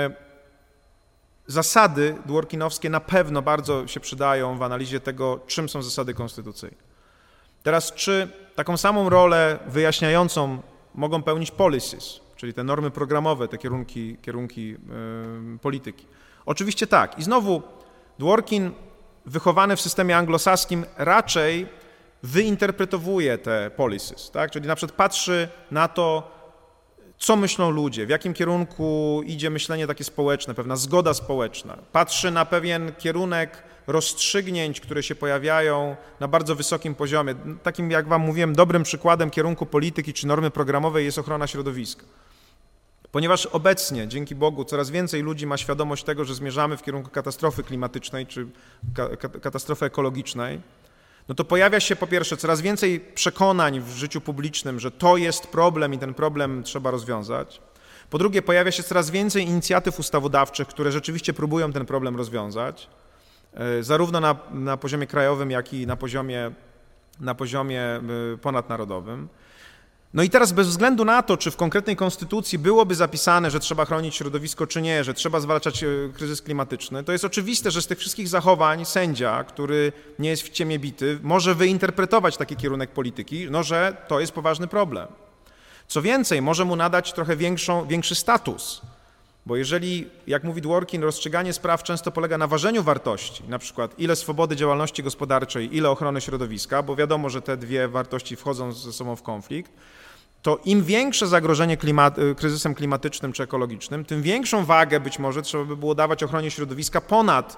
zasady dworkinowskie na pewno bardzo się przydają w analizie tego, czym są zasady konstytucyjne. Teraz, czy taką samą rolę wyjaśniającą mogą pełnić policies, czyli te normy programowe, te kierunki polityki? Oczywiście tak. I znowu Dworkin, wychowany w systemie anglosaskim, raczej wyinterpretowuje te policies, tak? Czyli na przykład patrzy na to, co myślą ludzie, w jakim kierunku idzie myślenie takie społeczne, pewna zgoda społeczna. Patrzy na pewien kierunek rozstrzygnięć, które się pojawiają na bardzo wysokim poziomie. Takim, jak wam mówiłem, dobrym przykładem kierunku polityki czy normy programowej jest ochrona środowiska. Ponieważ obecnie, dzięki Bogu, coraz więcej ludzi ma świadomość tego, że zmierzamy w kierunku katastrofy klimatycznej czy katastrofy ekologicznej, no to pojawia się po pierwsze coraz więcej przekonań w życiu publicznym, że to jest problem i ten problem trzeba rozwiązać. Po drugie, pojawia się coraz więcej inicjatyw ustawodawczych, które rzeczywiście próbują ten problem rozwiązać, zarówno na poziomie krajowym, jak i na poziomie ponadnarodowym. No i teraz bez względu na to, czy w konkretnej konstytucji byłoby zapisane, że trzeba chronić środowisko, czy nie, że trzeba zwalczać kryzys klimatyczny, to jest oczywiste, że z tych wszystkich zachowań sędzia, który nie jest w ciemię bity, może wyinterpretować taki kierunek polityki, no że to jest poważny problem. Co więcej, może mu nadać trochę większy status, bo jeżeli, jak mówi Dworkin, rozstrzyganie spraw często polega na ważeniu wartości, na przykład ile swobody działalności gospodarczej, ile ochrony środowiska, bo wiadomo, że te dwie wartości wchodzą ze sobą w konflikt, to im większe zagrożenie kryzysem klimatycznym czy ekologicznym, tym większą wagę być może trzeba by było dawać ochronie środowiska ponad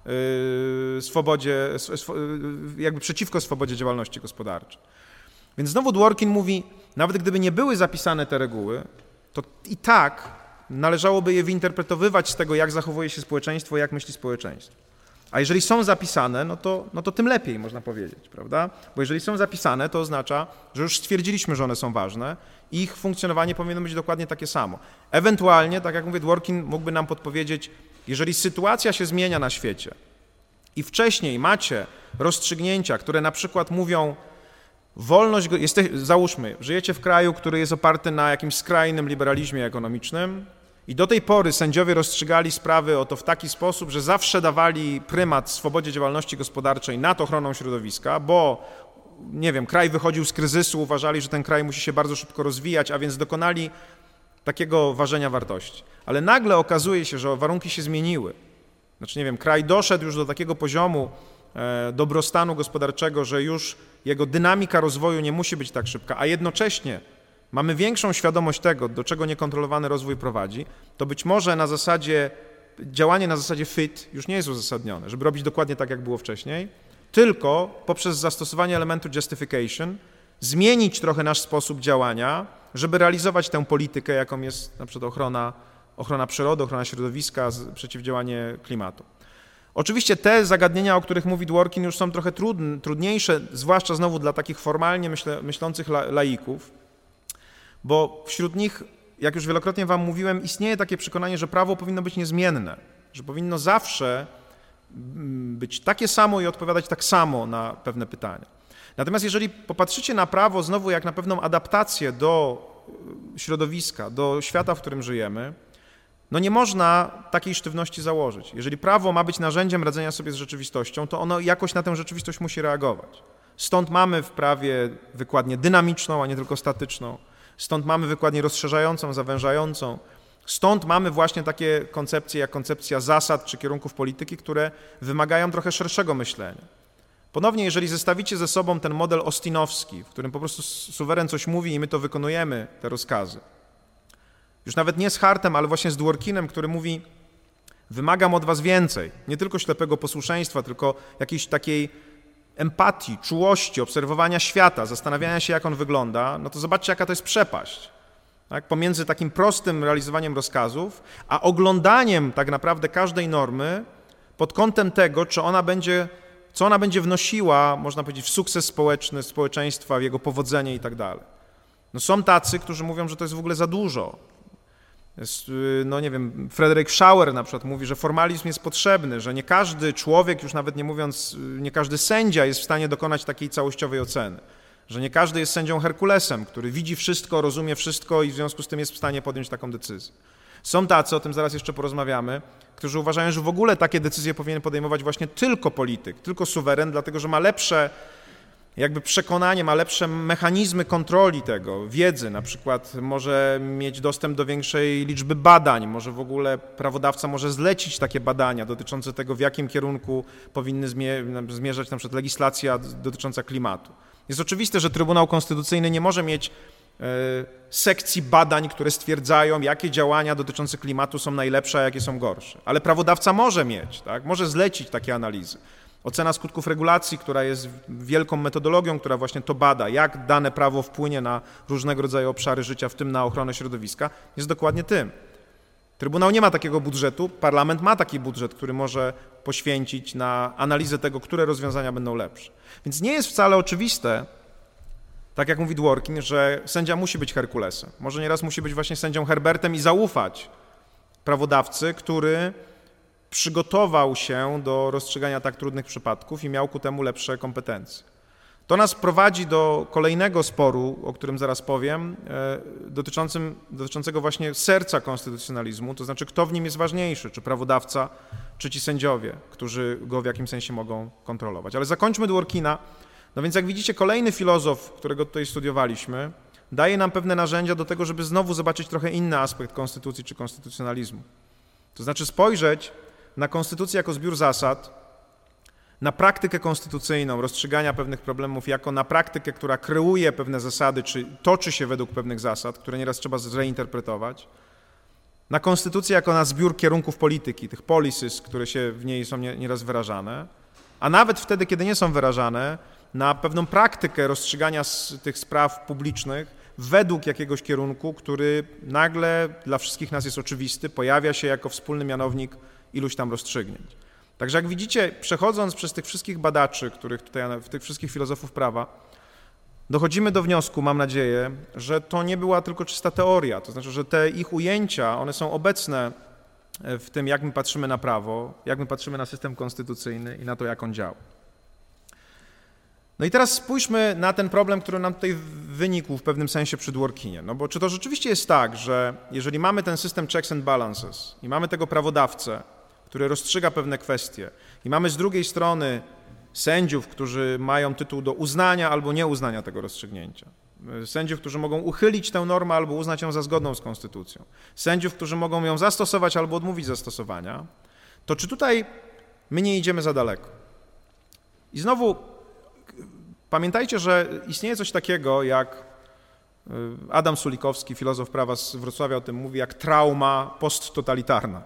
swobodzie, jakby przeciwko swobodzie działalności gospodarczej. Więc znowu Dworkin mówi, nawet gdyby nie były zapisane te reguły, to i tak należałoby je wyinterpretowywać z tego, jak zachowuje się społeczeństwo, jak myśli społeczeństwo. A jeżeli są zapisane, no to tym lepiej, można powiedzieć, prawda? Bo jeżeli są zapisane, to oznacza, że już stwierdziliśmy, że one są ważne i ich funkcjonowanie powinno być dokładnie takie samo. Ewentualnie, tak jak mówię, Dworkin mógłby nam podpowiedzieć, jeżeli sytuacja się zmienia na świecie i wcześniej macie rozstrzygnięcia, które na przykład mówią, załóżmy, żyjecie w kraju, który jest oparty na jakimś skrajnym liberalizmie ekonomicznym i do tej pory sędziowie rozstrzygali sprawy o to w taki sposób, że zawsze dawali prymat swobodzie działalności gospodarczej nad ochroną środowiska, bo, nie wiem, kraj wychodził z kryzysu, uważali, że ten kraj musi się bardzo szybko rozwijać, a więc dokonali takiego ważenia wartości. Ale nagle okazuje się, że warunki się zmieniły. Znaczy, nie wiem, kraj doszedł już do takiego poziomu dobrostanu gospodarczego, że już jego dynamika rozwoju nie musi być tak szybka, a jednocześnie mamy większą świadomość tego, do czego niekontrolowany rozwój prowadzi, to być może działanie na zasadzie fit już nie jest uzasadnione, żeby robić dokładnie tak, jak było wcześniej, tylko poprzez zastosowanie elementu justification zmienić trochę nasz sposób działania, żeby realizować tę politykę, jaką jest na przykład ochrona przyrody, ochrona środowiska, przeciwdziałanie klimatu. Oczywiście te zagadnienia, o których mówi Dworkin, już są trochę trudniejsze, zwłaszcza znowu dla takich formalnie myślących laików, bo wśród nich, jak już wielokrotnie wam mówiłem, istnieje takie przekonanie, że prawo powinno być niezmienne, że powinno zawsze być takie samo i odpowiadać tak samo na pewne pytania. Natomiast jeżeli popatrzycie na prawo znowu jak na pewną adaptację do środowiska, do świata, w którym żyjemy, no nie można takiej sztywności założyć. Jeżeli prawo ma być narzędziem radzenia sobie z rzeczywistością, to ono jakoś na tę rzeczywistość musi reagować. Stąd mamy w prawie wykładnię dynamiczną, a nie tylko statyczną. Stąd mamy wykładnię rozszerzającą, zawężającą. Stąd mamy właśnie takie koncepcje jak koncepcja zasad czy kierunków polityki, które wymagają trochę szerszego myślenia. Ponownie, jeżeli zestawicie ze sobą ten model austinowski, w którym po prostu suweren coś mówi i my to wykonujemy, te rozkazy, już nawet nie z Hartem, ale właśnie z Dworkinem, który mówi, wymagam od was więcej, nie tylko ślepego posłuszeństwa, tylko jakiejś takiej empatii, czułości, obserwowania świata, zastanawiania się, jak on wygląda, no to zobaczcie, jaka to jest przepaść. Tak? Pomiędzy takim prostym realizowaniem rozkazów, a oglądaniem tak naprawdę każdej normy pod kątem tego, co ona będzie wnosiła, można powiedzieć, w sukces społeczny, społeczeństwa, w jego powodzenie i tak dalej. No są tacy, którzy mówią, że to jest w ogóle za dużo. No nie wiem, Frederick Schauer na przykład mówi, że formalizm jest potrzebny, że nie każdy człowiek, już nawet nie mówiąc, nie każdy sędzia jest w stanie dokonać takiej całościowej oceny. Że nie każdy jest sędzią Herkulesem, który widzi wszystko, rozumie wszystko i w związku z tym jest w stanie podjąć taką decyzję. Są tacy, o tym zaraz jeszcze porozmawiamy, którzy uważają, że w ogóle takie decyzje powinien podejmować właśnie tylko polityk, tylko suweren, dlatego że ma lepsze jakby przekonanie, ma lepsze mechanizmy kontroli tego, wiedzy, na przykład może mieć dostęp do większej liczby badań, może w ogóle prawodawca może zlecić takie badania dotyczące tego, w jakim kierunku powinny zmierzać na przykład legislacja dotycząca klimatu. Jest oczywiste, że Trybunał Konstytucyjny nie może mieć sekcji badań, które stwierdzają, jakie działania dotyczące klimatu są najlepsze, a jakie są gorsze. Ale prawodawca może mieć, tak? Może zlecić takie analizy. Ocena skutków regulacji, która jest wielką metodologią, która właśnie to bada, jak dane prawo wpłynie na różnego rodzaju obszary życia, w tym na ochronę środowiska, jest dokładnie tym. Trybunał nie ma takiego budżetu, parlament ma taki budżet, który może poświęcić na analizę tego, które rozwiązania będą lepsze. Więc nie jest wcale oczywiste, tak jak mówi Dworkin, że sędzia musi być Herkulesem. Może nieraz musi być właśnie sędzią Herbertem i zaufać prawodawcy, który przygotował się do rozstrzygania tak trudnych przypadków i miał ku temu lepsze kompetencje. To nas prowadzi do kolejnego sporu, o którym zaraz powiem, dotyczącego właśnie serca konstytucjonalizmu, to znaczy kto w nim jest ważniejszy, czy prawodawca, czy ci sędziowie, którzy go w jakimś sensie mogą kontrolować. Ale zakończmy Dworkina. No więc jak widzicie, kolejny filozof, którego tutaj studiowaliśmy, daje nam pewne narzędzia do tego, żeby znowu zobaczyć trochę inny aspekt konstytucji czy konstytucjonalizmu. To znaczy spojrzeć na konstytucję jako zbiór zasad, na praktykę konstytucyjną rozstrzygania pewnych problemów jako na praktykę, która kreuje pewne zasady, czy toczy się według pewnych zasad, które nieraz trzeba zreinterpretować, na konstytucję jako na zbiór kierunków polityki, tych policies, które się w niej są nieraz wyrażane, a nawet wtedy, kiedy nie są wyrażane, na pewną praktykę rozstrzygania tych spraw publicznych według jakiegoś kierunku, który nagle dla wszystkich nas jest oczywisty, pojawia się jako wspólny mianownik iluś tam rozstrzygnięć. Także jak widzicie, przechodząc przez tych wszystkich badaczy, tych wszystkich filozofów prawa, dochodzimy do wniosku, mam nadzieję, że to nie była tylko czysta teoria, to znaczy, że te ich ujęcia, one są obecne w tym, jak my patrzymy na prawo, jak my patrzymy na system konstytucyjny i na to, jak on działa. No i teraz spójrzmy na ten problem, który nam tutaj wynikł w pewnym sensie przy Dworkinie. No bo czy to rzeczywiście jest tak, że jeżeli mamy ten system checks and balances i mamy tego prawodawcę, który rozstrzyga pewne kwestie i mamy z drugiej strony sędziów, którzy mają tytuł do uznania albo nieuznania tego rozstrzygnięcia, sędziów, którzy mogą uchylić tę normę albo uznać ją za zgodną z konstytucją, sędziów, którzy mogą ją zastosować albo odmówić zastosowania, to czy tutaj my nie idziemy za daleko? I znowu pamiętajcie, że istnieje coś takiego jak Adam Sulikowski, filozof prawa z Wrocławia o tym mówi, jak trauma posttotalitarna.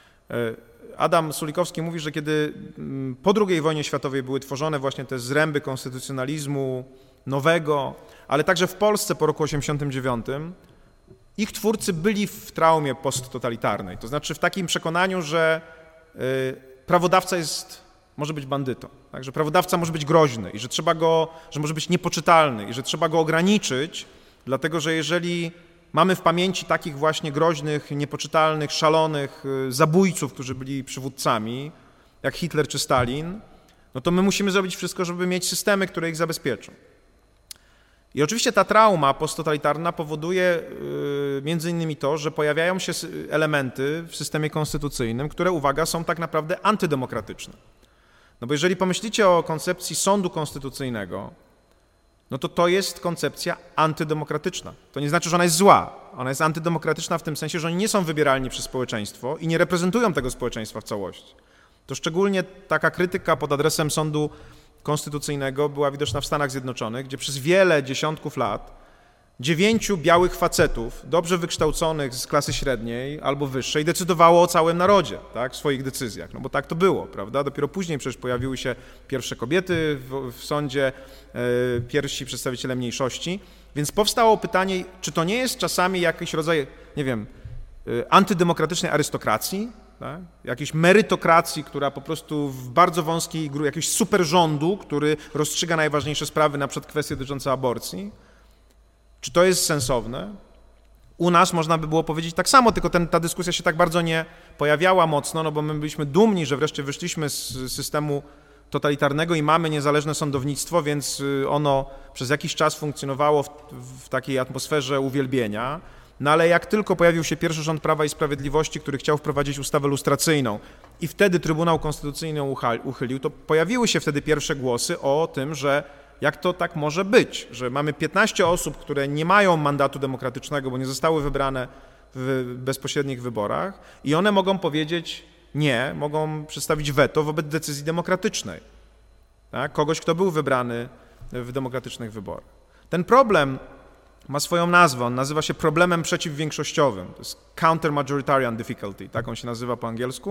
Adam Sulikowski mówi, że kiedy po II wojnie światowej były tworzone właśnie te zręby konstytucjonalizmu nowego, ale także w Polsce po roku 1989, ich twórcy byli w traumie posttotalitarnej. To znaczy w takim przekonaniu, że prawodawca może być bandytą, tak? Że prawodawca może być groźny i że że może być niepoczytalny i że trzeba go ograniczyć, dlatego że jeżeli mamy w pamięci takich właśnie groźnych, niepoczytalnych, szalonych zabójców, którzy byli przywódcami, jak Hitler czy Stalin, no to my musimy zrobić wszystko, żeby mieć systemy, które ich zabezpieczą. I oczywiście ta trauma posttotalitarna powoduje między innymi to, że pojawiają się elementy w systemie konstytucyjnym, które, uwaga, są tak naprawdę antydemokratyczne. No bo jeżeli pomyślicie o koncepcji sądu konstytucyjnego, no to jest koncepcja antydemokratyczna. To nie znaczy, że ona jest zła. Ona jest antydemokratyczna w tym sensie, że oni nie są wybieralni przez społeczeństwo i nie reprezentują tego społeczeństwa w całości. To szczególnie taka krytyka pod adresem sądu konstytucyjnego była widoczna w Stanach Zjednoczonych, gdzie przez wiele dziesiątków lat 9 białych facetów, dobrze wykształconych z klasy średniej albo wyższej, decydowało o całym narodzie, tak, w swoich decyzjach, no bo tak to było, prawda? Dopiero później przecież pojawiły się pierwsze kobiety w sądzie, pierwsi przedstawiciele mniejszości, więc powstało pytanie, czy to nie jest czasami jakiś rodzaj, nie wiem, antydemokratycznej arystokracji, tak? Jakiejś merytokracji, która po prostu w bardzo wąskiej grupie, jakiegoś superrządu, który rozstrzyga najważniejsze sprawy, na przykład kwestie dotyczące aborcji. Czy to jest sensowne? U nas można by było powiedzieć tak samo, tylko ta dyskusja się tak bardzo nie pojawiała mocno, no bo my byliśmy dumni, że wreszcie wyszliśmy z systemu totalitarnego i mamy niezależne sądownictwo, więc ono przez jakiś czas funkcjonowało w takiej atmosferze uwielbienia. No ale jak tylko pojawił się pierwszy rząd Prawa i Sprawiedliwości, który chciał wprowadzić ustawę lustracyjną i wtedy Trybunał Konstytucyjny uchylił, to pojawiły się wtedy pierwsze głosy o tym, że jak to tak może być, że mamy 15 osób, które nie mają mandatu demokratycznego, bo nie zostały wybrane w bezpośrednich wyborach i one mogą powiedzieć nie, mogą przedstawić weto wobec decyzji demokratycznej, tak? Kogoś, kto był wybrany w demokratycznych wyborach. Ten problem ma swoją nazwę, on nazywa się problemem przeciwwiększościowym, to jest counter-majoritarian difficulty, tak on się nazywa po angielsku.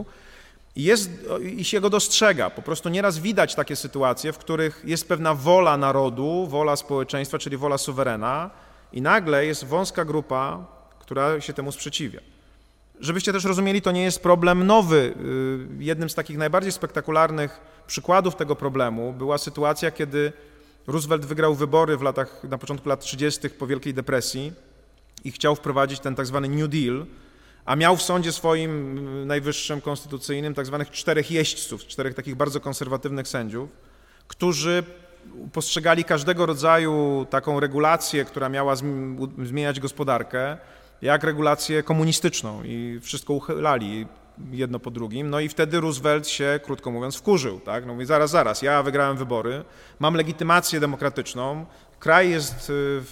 I się go dostrzega. Po prostu nieraz widać takie sytuacje, w których jest pewna wola narodu, wola społeczeństwa, czyli wola suwerena i nagle jest wąska grupa, która się temu sprzeciwia. Żebyście też rozumieli, to nie jest problem nowy. Jednym z takich najbardziej spektakularnych przykładów tego problemu była sytuacja, kiedy Roosevelt wygrał wybory na początku lat 30. po Wielkiej Depresji i chciał wprowadzić ten tak zwany New Deal, a miał w sądzie swoim najwyższym konstytucyjnym tak zwanych 4 jeźdźców, 4 takich bardzo konserwatywnych sędziów, którzy postrzegali każdego rodzaju taką regulację, która miała zmieniać gospodarkę, jak regulację komunistyczną i wszystko uchylali jedno po drugim. No i wtedy Roosevelt się, krótko mówiąc, wkurzył. Tak? No mówi, zaraz, ja wygrałem wybory, mam legitymację demokratyczną, kraj jest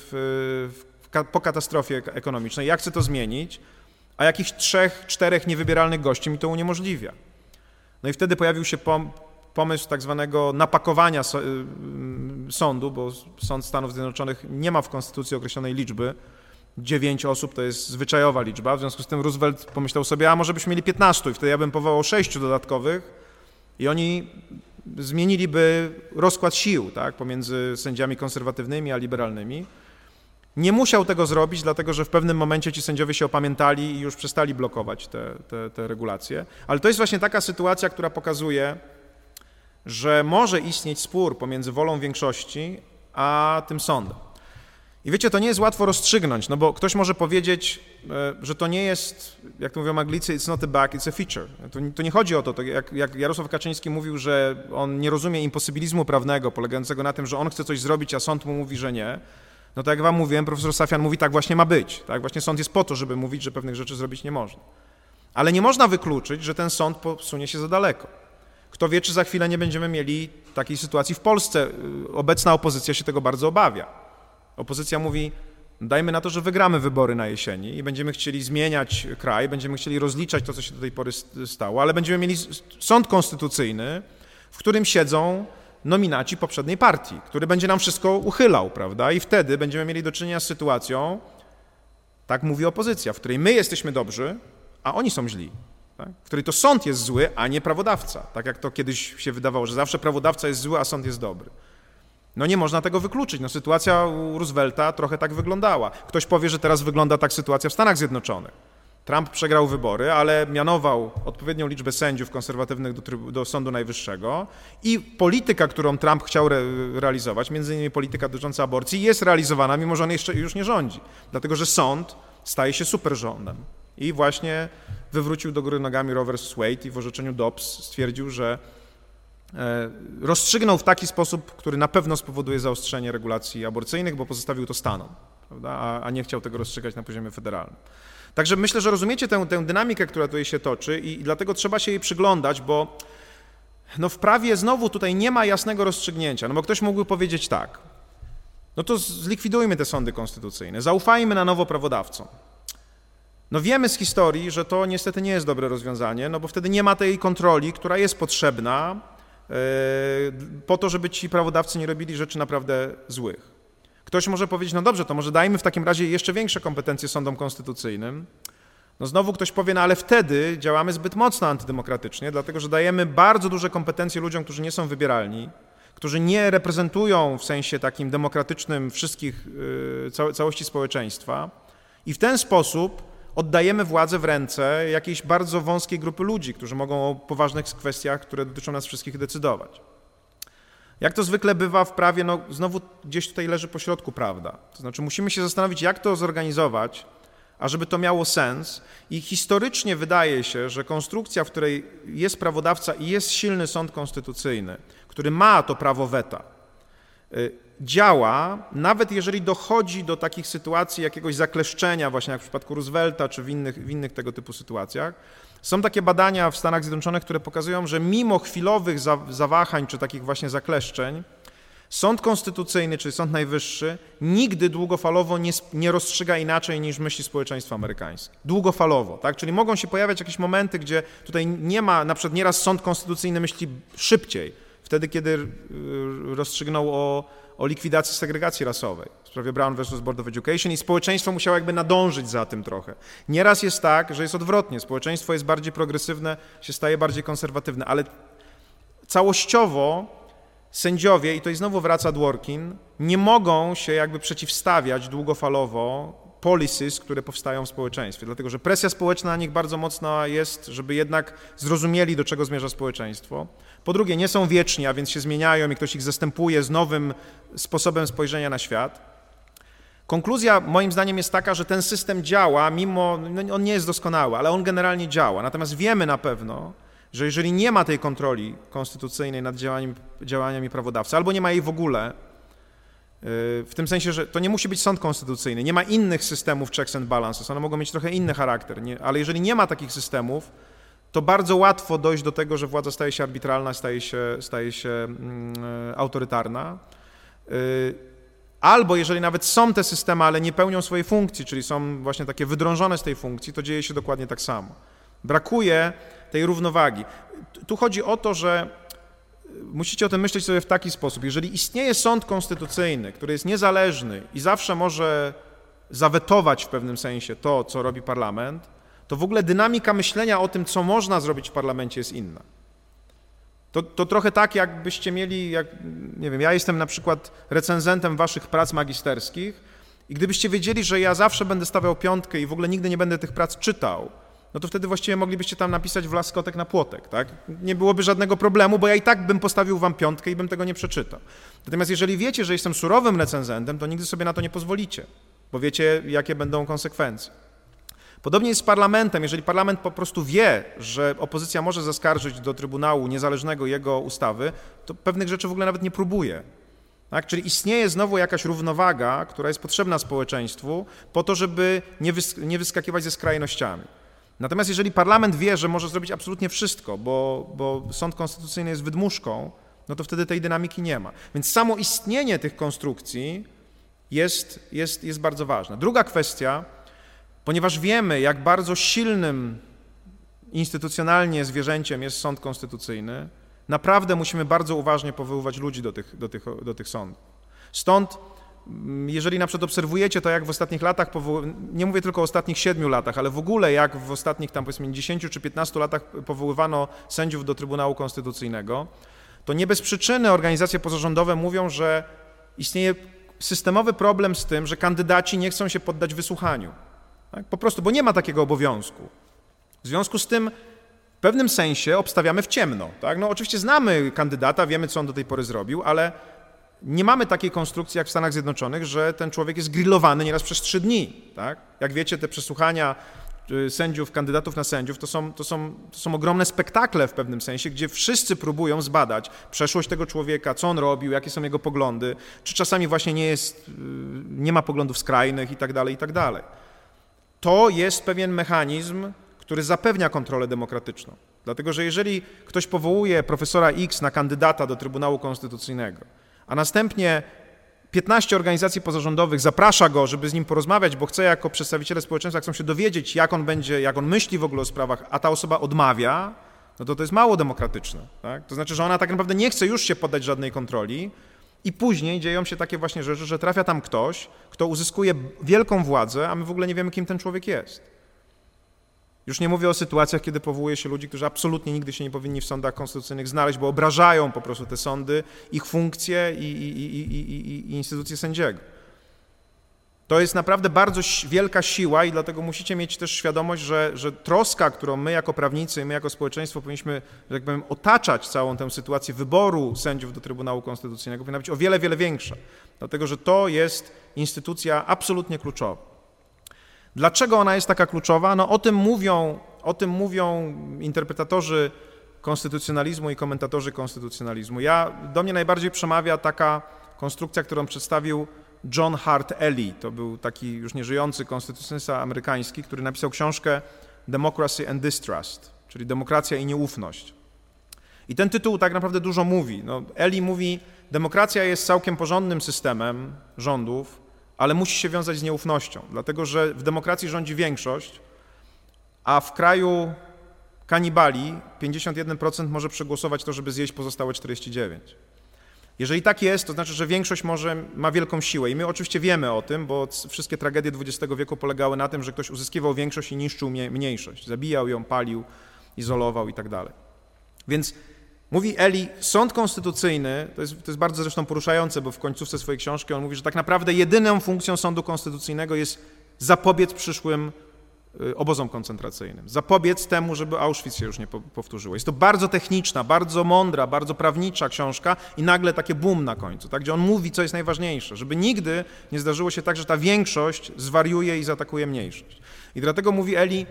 po katastrofie ekonomicznej, ja chcę to zmienić, a jakichś 3-4 niewybieralnych gości mi to uniemożliwia. No i wtedy pojawił się pomysł tak zwanego napakowania sądu, bo Sąd Stanów Zjednoczonych nie ma w konstytucji określonej liczby. 9 osób to jest zwyczajowa liczba, w związku z tym Roosevelt pomyślał sobie, a może byśmy mieli 15 i wtedy ja bym powołał 6 dodatkowych i oni zmieniliby rozkład sił, tak, pomiędzy sędziami konserwatywnymi a liberalnymi. Nie musiał tego zrobić, dlatego że w pewnym momencie ci sędziowie się opamiętali i już przestali blokować te regulacje. Ale to jest właśnie taka sytuacja, która pokazuje, że może istnieć spór pomiędzy wolą większości a tym sądem. I wiecie, to nie jest łatwo rozstrzygnąć, no bo ktoś może powiedzieć, że to nie jest, jak to mówią Anglicy, it's not a bug, it's a feature. To nie chodzi o to, jak Jarosław Kaczyński mówił, że on nie rozumie imposybilizmu prawnego polegającego na tym, że on chce coś zrobić, a sąd mu mówi, że nie. No to jak wam mówiłem, profesor Safian mówi, tak właśnie ma być. Tak? Właśnie sąd jest po to, żeby mówić, że pewnych rzeczy zrobić nie można. Ale nie można wykluczyć, że ten sąd posunie się za daleko. Kto wie, czy za chwilę nie będziemy mieli takiej sytuacji w Polsce. Obecna opozycja się tego bardzo obawia. Opozycja mówi, dajmy na to, że wygramy wybory na jesieni i będziemy chcieli zmieniać kraj, będziemy chcieli rozliczać to, co się do tej pory stało, ale będziemy mieli sąd konstytucyjny, w którym siedzą nominaci poprzedniej partii, który będzie nam wszystko uchylał, prawda? I wtedy będziemy mieli do czynienia z sytuacją, tak mówi opozycja, w której my jesteśmy dobrzy, a oni są źli. Tak? W której to sąd jest zły, a nie prawodawca. Tak jak to kiedyś się wydawało, że zawsze prawodawca jest zły, a sąd jest dobry. No nie można tego wykluczyć. No sytuacja u Roosevelta trochę tak wyglądała. Ktoś powie, że teraz wygląda tak sytuacja w Stanach Zjednoczonych. Trump przegrał wybory, ale mianował odpowiednią liczbę sędziów konserwatywnych do Sądu Najwyższego i polityka, którą Trump chciał realizować, między innymi polityka dotycząca aborcji, jest realizowana, mimo że on jeszcze już nie rządzi. Dlatego, że sąd staje się superrządem. I właśnie wywrócił do góry nogami Roe vs. Wade i w orzeczeniu Dobbs stwierdził, że rozstrzygnął w taki sposób, który na pewno spowoduje zaostrzenie regulacji aborcyjnych, bo pozostawił to Stanom, prawda? A nie chciał tego rozstrzygać na poziomie federalnym. Także myślę, że rozumiecie tę dynamikę, która tutaj się toczy i dlatego trzeba się jej przyglądać, bo no w prawie znowu tutaj nie ma jasnego rozstrzygnięcia, no bo ktoś mógłby powiedzieć tak, no to zlikwidujmy te sądy konstytucyjne, zaufajmy na nowo prawodawcom. No wiemy z historii, że to niestety nie jest dobre rozwiązanie, no bo wtedy nie ma tej kontroli, która jest potrzebna po to, żeby ci prawodawcy nie robili rzeczy naprawdę złych. Ktoś może powiedzieć, no dobrze, to może dajmy w takim razie jeszcze większe kompetencje sądom konstytucyjnym. No znowu ktoś powie, no ale wtedy działamy zbyt mocno antydemokratycznie, dlatego że dajemy bardzo duże kompetencje ludziom, którzy nie są wybieralni, którzy nie reprezentują w sensie takim demokratycznym wszystkich, całości społeczeństwa i w ten sposób oddajemy władzę w ręce jakiejś bardzo wąskiej grupy ludzi, którzy mogą o poważnych kwestiach, które dotyczą nas wszystkich, decydować. Jak to zwykle bywa w prawie, no znowu gdzieś tutaj leży pośrodku prawda. To znaczy musimy się zastanowić, jak to zorganizować, ażeby to miało sens i historycznie wydaje się, że konstrukcja, w której jest prawodawca i jest silny sąd konstytucyjny, który ma to prawo weta, działa, nawet jeżeli dochodzi do takich sytuacji jakiegoś zakleszczenia, właśnie jak w przypadku Roosevelta czy w innych tego typu sytuacjach. Są takie badania w Stanach Zjednoczonych, które pokazują, że mimo chwilowych zawahań czy takich właśnie zakleszczeń, Sąd Konstytucyjny, czyli Sąd Najwyższy, nigdy długofalowo nie rozstrzyga inaczej niż myśli społeczeństwo amerykańskie. Długofalowo, tak? Czyli mogą się pojawiać jakieś momenty, gdzie tutaj nie ma, na przykład nieraz Sąd Konstytucyjny myśli szybciej, wtedy kiedy rozstrzygnął o likwidacji segregacji rasowej w sprawie Brown vs. Board of Education i społeczeństwo musiało jakby nadążyć za tym trochę. Nieraz jest tak, że jest odwrotnie, społeczeństwo jest bardziej progresywne, się staje bardziej konserwatywne, ale całościowo sędziowie, i tutaj znowu wraca Dworkin, nie mogą się jakby przeciwstawiać długofalowo policies, które powstają w społeczeństwie, dlatego że presja społeczna na nich bardzo mocna jest, żeby jednak zrozumieli, do czego zmierza społeczeństwo. Po drugie, nie są wieczni, a więc się zmieniają i ktoś ich zastępuje z nowym sposobem spojrzenia na świat. Konkluzja moim zdaniem jest taka, że ten system działa, mimo, no on nie jest doskonały, ale on generalnie działa. Natomiast wiemy na pewno, że jeżeli nie ma tej kontroli konstytucyjnej nad działaniami prawodawcy, albo nie ma jej w ogóle, w tym sensie, że to nie musi być sąd konstytucyjny, nie ma innych systemów checks and balances, one mogą mieć trochę inny charakter, ale jeżeli nie ma takich systemów, to bardzo łatwo dojść do tego, że władza staje się arbitralna, staje się autorytarna. Albo jeżeli nawet są te systemy, ale nie pełnią swojej funkcji, czyli są właśnie takie wydrążone z tej funkcji, to dzieje się dokładnie tak samo. Brakuje tej równowagi. Tu chodzi o to, że musicie o tym myśleć sobie w taki sposób. Jeżeli istnieje sąd konstytucyjny, który jest niezależny i zawsze może zawetować w pewnym sensie to, co robi parlament, to w ogóle dynamika myślenia o tym, co można zrobić w parlamencie, jest inna. To trochę tak, jakbyście mieli, nie wiem, ja jestem na przykład recenzentem waszych prac magisterskich i gdybyście wiedzieli, że ja zawsze będę stawiał piątkę i w ogóle nigdy nie będę tych prac czytał, no to wtedy właściwie moglibyście tam napisać w laskotek na płotek, tak? Nie byłoby żadnego problemu, bo ja i tak bym postawił wam piątkę i bym tego nie przeczytał. Natomiast jeżeli wiecie, że jestem surowym recenzentem, to nigdy sobie na to nie pozwolicie, bo wiecie, jakie będą konsekwencje. Podobnie jest z parlamentem. Jeżeli parlament po prostu wie, że opozycja może zaskarżyć do Trybunału Niezależnego jego ustawy, to pewnych rzeczy w ogóle nawet nie próbuje. Tak? Czyli istnieje znowu jakaś równowaga, która jest potrzebna społeczeństwu po to, żeby nie wyskakiwać ze skrajnościami. Natomiast jeżeli parlament wie, że może zrobić absolutnie wszystko, bo sąd konstytucyjny jest wydmuszką, no to wtedy tej dynamiki nie ma. Więc samo istnienie tych konstrukcji jest bardzo ważne. Druga kwestia, ponieważ wiemy, jak bardzo silnym instytucjonalnie zwierzęciem jest sąd konstytucyjny, naprawdę musimy bardzo uważnie powoływać ludzi do tych sądów. Stąd, jeżeli na przykład obserwujecie to, jak w ostatnich latach, nie mówię tylko o ostatnich 7 latach, ale w ogóle jak w ostatnich tam powiedzmy 10 czy 15 latach powoływano sędziów do Trybunału Konstytucyjnego, to nie bez przyczyny organizacje pozarządowe mówią, że istnieje systemowy problem z tym, że kandydaci nie chcą się poddać wysłuchaniu. Tak? Po prostu, bo nie ma takiego obowiązku. W związku z tym w pewnym sensie obstawiamy w ciemno. Tak? No, oczywiście znamy kandydata, wiemy, co on do tej pory zrobił, ale nie mamy takiej konstrukcji jak w Stanach Zjednoczonych, że ten człowiek jest grillowany nieraz przez 3 dni. Tak? Jak wiecie, te przesłuchania sędziów, kandydatów na sędziów, to są ogromne spektakle w pewnym sensie, gdzie wszyscy próbują zbadać przeszłość tego człowieka, co on robił, jakie są jego poglądy, czy czasami właśnie nie ma poglądów skrajnych i tak dalej. To jest pewien mechanizm, który zapewnia kontrolę demokratyczną. Dlatego, że jeżeli ktoś powołuje profesora X na kandydata do Trybunału Konstytucyjnego, a następnie 15 organizacji pozarządowych zaprasza go, żeby z nim porozmawiać, bo chce jako przedstawiciele społeczeństwa, chcą się dowiedzieć, jak on myśli w ogóle o sprawach, a ta osoba odmawia, no to jest mało demokratyczne. Tak? To znaczy, że ona tak naprawdę nie chce już się poddać żadnej kontroli I później dzieją się takie właśnie rzeczy, że trafia tam ktoś, kto uzyskuje wielką władzę, a my w ogóle nie wiemy, kim ten człowiek jest. Już nie mówię o sytuacjach, kiedy powołuje się ludzi, którzy absolutnie nigdy się nie powinni w sądach konstytucyjnych znaleźć, bo obrażają po prostu te sądy, ich funkcje i instytucje sędziego. To jest naprawdę bardzo wielka siła i dlatego musicie mieć też świadomość, że troska, którą my jako prawnicy i my jako społeczeństwo powinniśmy, że tak powiem, otaczać całą tę sytuację wyboru sędziów do Trybunału Konstytucyjnego, powinna być o wiele, wiele większa. Dlatego, że to jest instytucja absolutnie kluczowa. Dlaczego ona jest taka kluczowa? No o tym mówią interpretatorzy konstytucjonalizmu i komentatorzy konstytucjonalizmu. Do mnie najbardziej przemawia taka konstrukcja, którą przedstawił John Hart Ely. To był taki już nieżyjący konstytucjonalista amerykański, który napisał książkę Democracy and Distrust, czyli Demokracja i nieufność. I ten tytuł tak naprawdę dużo mówi. Ely mówi, demokracja jest całkiem porządnym systemem rządów, ale musi się wiązać z nieufnością, dlatego że w demokracji rządzi większość, a w kraju kanibali 51% może przegłosować to, żeby zjeść pozostałe 49%. Jeżeli tak jest, to znaczy, że większość ma wielką siłę i my oczywiście wiemy o tym, bo wszystkie tragedie XX wieku polegały na tym, że ktoś uzyskiwał większość i niszczył mniejszość, zabijał ją, palił, izolował i tak dalej. Więc mówi Ely, sąd konstytucyjny, to jest bardzo zresztą poruszające, bo w końcówce swojej książki on mówi, że tak naprawdę jedyną funkcją sądu konstytucyjnego jest zapobiec przyszłym obozom koncentracyjnym, zapobiec temu, żeby Auschwitz się już nie powtórzyło. Jest to bardzo techniczna, bardzo mądra, bardzo prawnicza książka i nagle takie boom na końcu, tak, gdzie on mówi, co jest najważniejsze, żeby nigdy nie zdarzyło się tak, że ta większość zwariuje i zaatakuje mniejszość. I dlatego mówi Ely,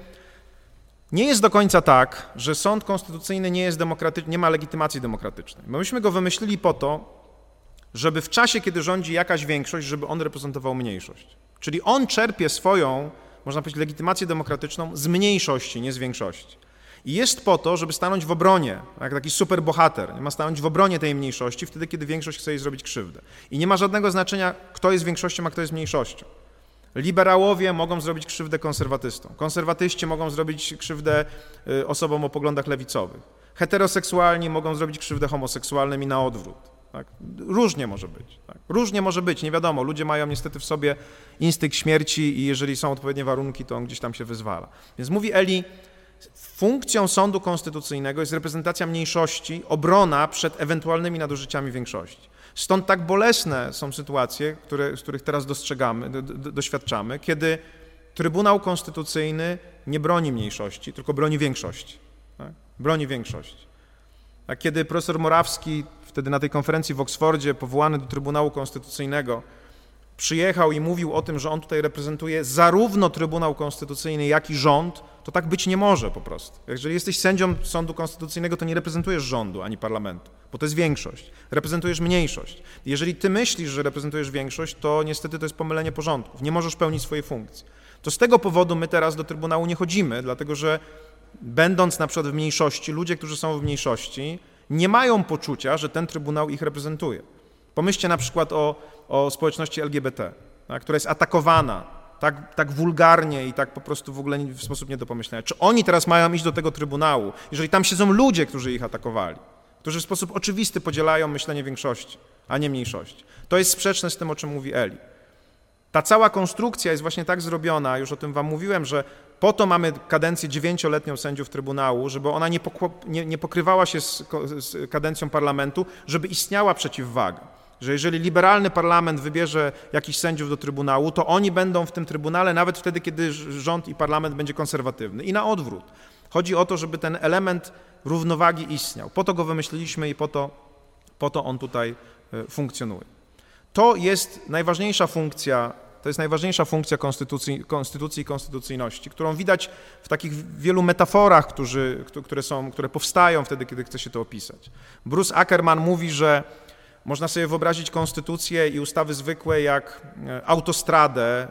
nie jest do końca tak, że sąd konstytucyjny nie jest demokratyczny, nie ma legitymacji demokratycznej. Myśmy go wymyślili po to, żeby w czasie, kiedy rządzi jakaś większość, żeby on reprezentował mniejszość. Czyli on czerpie swoją, można powiedzieć, legitymację demokratyczną z mniejszości, nie z większości. I jest po to, żeby stanąć w obronie, jak taki superbohater, nie ma stanąć w obronie tej mniejszości wtedy, kiedy większość chce jej zrobić krzywdę. I nie ma żadnego znaczenia, kto jest większością, a kto jest mniejszością. Liberałowie mogą zrobić krzywdę konserwatystom. Konserwatyści mogą zrobić krzywdę osobom o poglądach lewicowych. Heteroseksualni mogą zrobić krzywdę homoseksualnym i na odwrót. Tak? Różnie może być. Tak? Różnie może być, nie wiadomo. Ludzie mają niestety w sobie instynkt śmierci i jeżeli są odpowiednie warunki, to on gdzieś tam się wyzwala. Więc mówi Ely, funkcją sądu konstytucyjnego jest reprezentacja mniejszości, obrona przed ewentualnymi nadużyciami większości. Stąd tak bolesne są sytuacje, z których teraz doświadczamy, kiedy Trybunał Konstytucyjny nie broni mniejszości, tylko broni większości. Tak? Broni większości. A kiedy profesor Morawski, wtedy na tej konferencji w Oksfordzie, powołany do Trybunału Konstytucyjnego, przyjechał i mówił o tym, że on tutaj reprezentuje zarówno Trybunał Konstytucyjny, jak i rząd, to tak być nie może po prostu. Jeżeli jesteś sędzią sądu konstytucyjnego, to nie reprezentujesz rządu ani parlamentu, bo to jest większość. Reprezentujesz mniejszość. Jeżeli ty myślisz, że reprezentujesz większość, to niestety to jest pomylenie porządków. Nie możesz pełnić swojej funkcji. To z tego powodu my teraz do Trybunału nie chodzimy, dlatego że będąc na przykład w mniejszości, ludzie, którzy są w mniejszości, nie mają poczucia, że ten Trybunał ich reprezentuje. Pomyślcie na przykład o społeczności LGBT, tak, która jest atakowana tak wulgarnie i tak po prostu w ogóle w sposób nie do pomyślenia. Czy oni teraz mają iść do tego Trybunału, jeżeli tam siedzą ludzie, którzy ich atakowali, którzy w sposób oczywisty podzielają myślenie większości, a nie mniejszości? To jest sprzeczne z tym, o czym mówi Ely. Ta cała konstrukcja jest właśnie tak zrobiona, już o tym wam mówiłem, że po to mamy kadencję 9-letnią sędziów Trybunału, żeby ona nie pokrywała się z kadencją parlamentu, żeby istniała przeciwwaga. Że jeżeli liberalny parlament wybierze jakichś sędziów do Trybunału, to oni będą w tym Trybunale nawet wtedy, kiedy rząd i parlament będzie konserwatywny. I na odwrót. Chodzi o to, żeby ten element równowagi istniał. Po to go wymyśliliśmy i po to on tutaj funkcjonuje. To jest najważniejsza funkcja konstytucji i konstytucyjności, którą widać w takich wielu metaforach, które powstają wtedy, kiedy chce się to opisać. Bruce Ackerman mówi, że można sobie wyobrazić konstytucję i ustawy zwykłe jak autostradę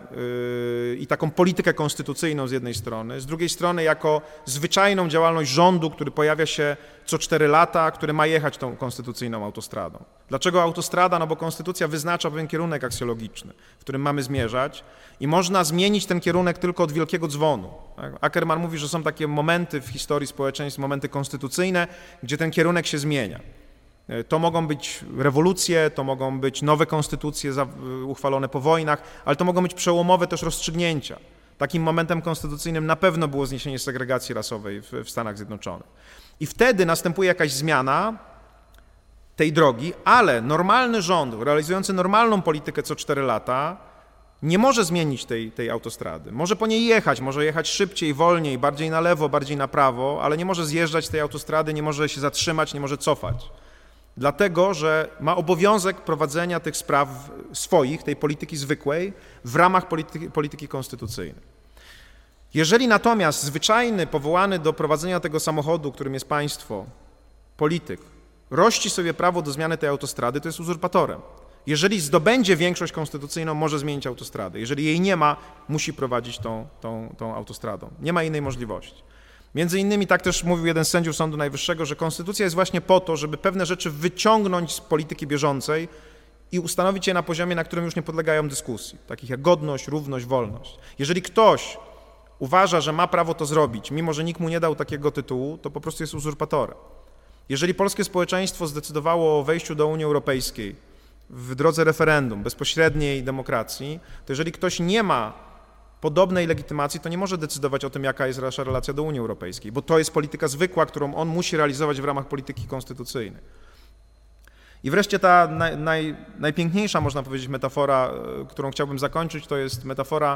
i taką politykę konstytucyjną z jednej strony, z drugiej strony jako zwyczajną działalność rządu, który pojawia się co 4 lata, który ma jechać tą konstytucyjną autostradą. Dlaczego autostrada? No bo konstytucja wyznacza pewien kierunek aksjologiczny, w którym mamy zmierzać i można zmienić ten kierunek tylko od wielkiego dzwonu. Ackerman mówi, że są takie momenty w historii społeczeństw, momenty konstytucyjne, gdzie ten kierunek się zmienia. To mogą być rewolucje, to mogą być nowe konstytucje uchwalone po wojnach, ale to mogą być przełomowe też rozstrzygnięcia. Takim momentem konstytucyjnym na pewno było zniesienie segregacji rasowej w Stanach Zjednoczonych. I wtedy następuje jakaś zmiana tej drogi, ale normalny rząd, realizujący normalną politykę co 4 lata, nie może zmienić tej autostrady. Może po niej jechać, może jechać szybciej, wolniej, bardziej na lewo, bardziej na prawo, ale nie może zjeżdżać tej autostrady, nie może się zatrzymać, nie może cofać. Dlatego, że ma obowiązek prowadzenia tych spraw swoich, tej polityki zwykłej, w ramach polityki konstytucyjnej. Jeżeli natomiast zwyczajny, powołany do prowadzenia tego samochodu, którym jest państwo, polityk, rości sobie prawo do zmiany tej autostrady, to jest uzurpatorem. Jeżeli zdobędzie większość konstytucyjną, może zmienić autostradę. Jeżeli jej nie ma, musi prowadzić tą autostradą. Nie ma innej możliwości. Między innymi tak też mówił jeden z sędziów Sądu Najwyższego, że konstytucja jest właśnie po to, żeby pewne rzeczy wyciągnąć z polityki bieżącej i ustanowić je na poziomie, na którym już nie podlegają dyskusji, takich jak godność, równość, wolność. Jeżeli ktoś uważa, że ma prawo to zrobić, mimo że nikt mu nie dał takiego tytułu, to po prostu jest uzurpatorem. Jeżeli polskie społeczeństwo zdecydowało o wejściu do Unii Europejskiej w drodze referendum, bezpośredniej demokracji, to jeżeli ktoś nie ma podobnej legitymacji, to nie może decydować o tym, jaka jest nasza relacja do Unii Europejskiej, bo to jest polityka zwykła, którą on musi realizować w ramach polityki konstytucyjnej. I wreszcie ta najpiękniejsza, można powiedzieć, metafora, którą chciałbym zakończyć, to jest metafora,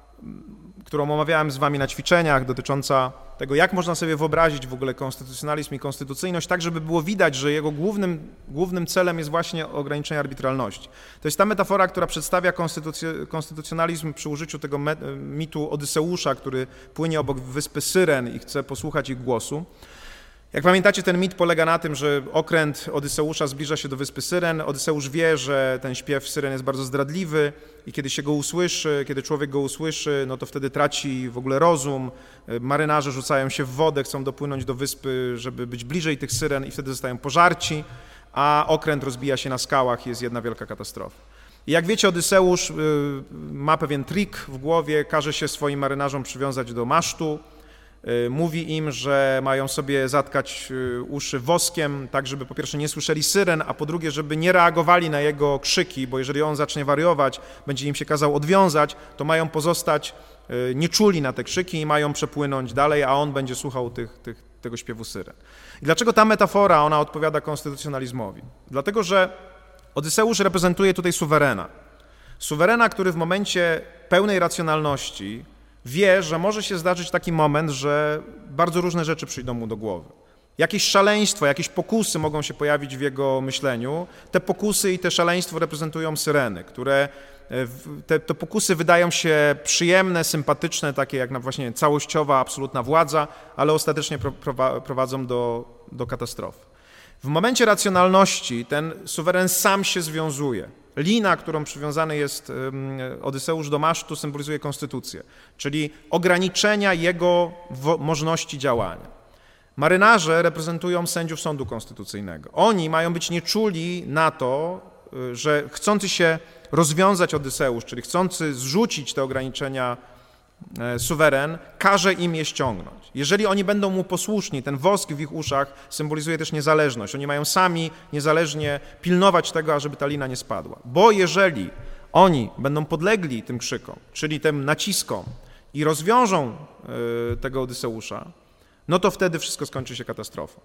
którą omawiałem z wami na ćwiczeniach, dotycząca tego, jak można sobie wyobrazić w ogóle konstytucjonalizm i konstytucyjność, tak żeby było widać, że jego głównym celem jest właśnie ograniczenie arbitralności. To jest ta metafora, która przedstawia konstytucjonalizm przy użyciu tego mitu Odyseusza, który płynie obok wyspy Syren i chce posłuchać ich głosu. Jak pamiętacie, ten mit polega na tym, że okręt Odyseusza zbliża się do wyspy Syren. Odyseusz wie, że ten śpiew Syren jest bardzo zdradliwy i kiedy się go usłyszy, kiedy człowiek go usłyszy, no to wtedy traci w ogóle rozum. Marynarze rzucają się w wodę, chcą dopłynąć do wyspy, żeby być bliżej tych Syren i wtedy zostają pożarci, a okręt rozbija się na skałach i jest jedna wielka katastrofa. I jak wiecie, Odyseusz ma pewien trik w głowie, każe się swoim marynarzom przywiązać do masztu, mówi im, że mają sobie zatkać uszy woskiem, tak żeby po pierwsze nie słyszeli syren, a po drugie, żeby nie reagowali na jego krzyki, bo jeżeli on zacznie wariować, będzie im się kazał odwiązać, to mają pozostać nieczuli na te krzyki i mają przepłynąć dalej, a on będzie słuchał tego śpiewu syren. I dlaczego ta metafora, ona odpowiada konstytucjonalizmowi? Dlatego, że Odyseusz reprezentuje tutaj suwerena. Suwerena, który w momencie pełnej racjonalności wie, że może się zdarzyć taki moment, że bardzo różne rzeczy przyjdą mu do głowy. Jakieś szaleństwo, jakieś pokusy mogą się pojawić w jego myśleniu. Te pokusy i te szaleństwo reprezentują syreny, które te pokusy wydają się przyjemne, sympatyczne, takie jak właśnie całościowa, absolutna władza, ale ostatecznie prowadzą do katastrofy. W momencie racjonalności ten suweren sam się związuje. Lina, którą przywiązany jest Odyseusz do masztu, symbolizuje konstytucję, czyli ograniczenia jego możności działania. Marynarze reprezentują sędziów sądu konstytucyjnego. Oni mają być nieczuli na to, że chcący się rozwiązać Odyseusz, czyli chcący zrzucić te ograniczenia suweren, każe im je ściągnąć. Jeżeli oni będą mu posłuszni, ten wosk w ich uszach symbolizuje też niezależność. Oni mają sami niezależnie pilnować tego, ażeby ta lina nie spadła. Bo jeżeli oni będą podlegli tym krzykom, czyli tym naciskom i rozwiążą tego Odyseusza, no to wtedy wszystko skończy się katastrofą.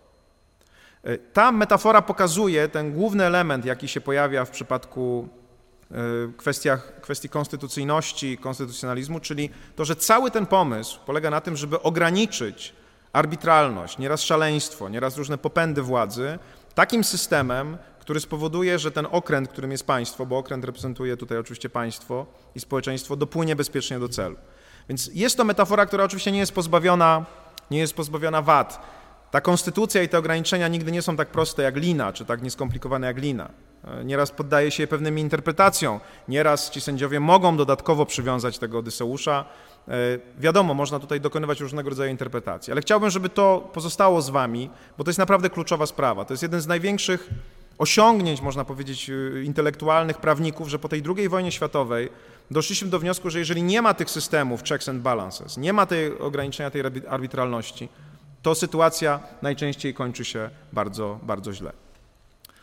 Ta metafora pokazuje ten główny element, jaki się pojawia w przypadku kwestii konstytucyjności, konstytucjonalizmu, czyli to, że cały ten pomysł polega na tym, żeby ograniczyć arbitralność, nieraz szaleństwo, nieraz różne popędy władzy, takim systemem, który spowoduje, że ten okręt, którym jest państwo, bo okręt reprezentuje tutaj oczywiście państwo i społeczeństwo, dopłynie bezpiecznie do celu. Więc jest to metafora, która oczywiście nie jest pozbawiona wad. Ta konstytucja i te ograniczenia nigdy nie są tak proste jak lina, czy tak nieskomplikowane jak lina. Nieraz poddaje się je pewnym interpretacjom, nieraz ci sędziowie mogą dodatkowo przywiązać tego Odyseusza. Wiadomo, można tutaj dokonywać różnego rodzaju interpretacji, ale chciałbym, żeby to pozostało z wami, bo to jest naprawdę kluczowa sprawa. To jest jeden z największych osiągnięć, można powiedzieć, intelektualnych prawników, że po tej II wojnie światowej doszliśmy do wniosku, że jeżeli nie ma tych systemów checks and balances, nie ma tej ograniczenia tej arbitralności, to sytuacja najczęściej kończy się bardzo, bardzo źle.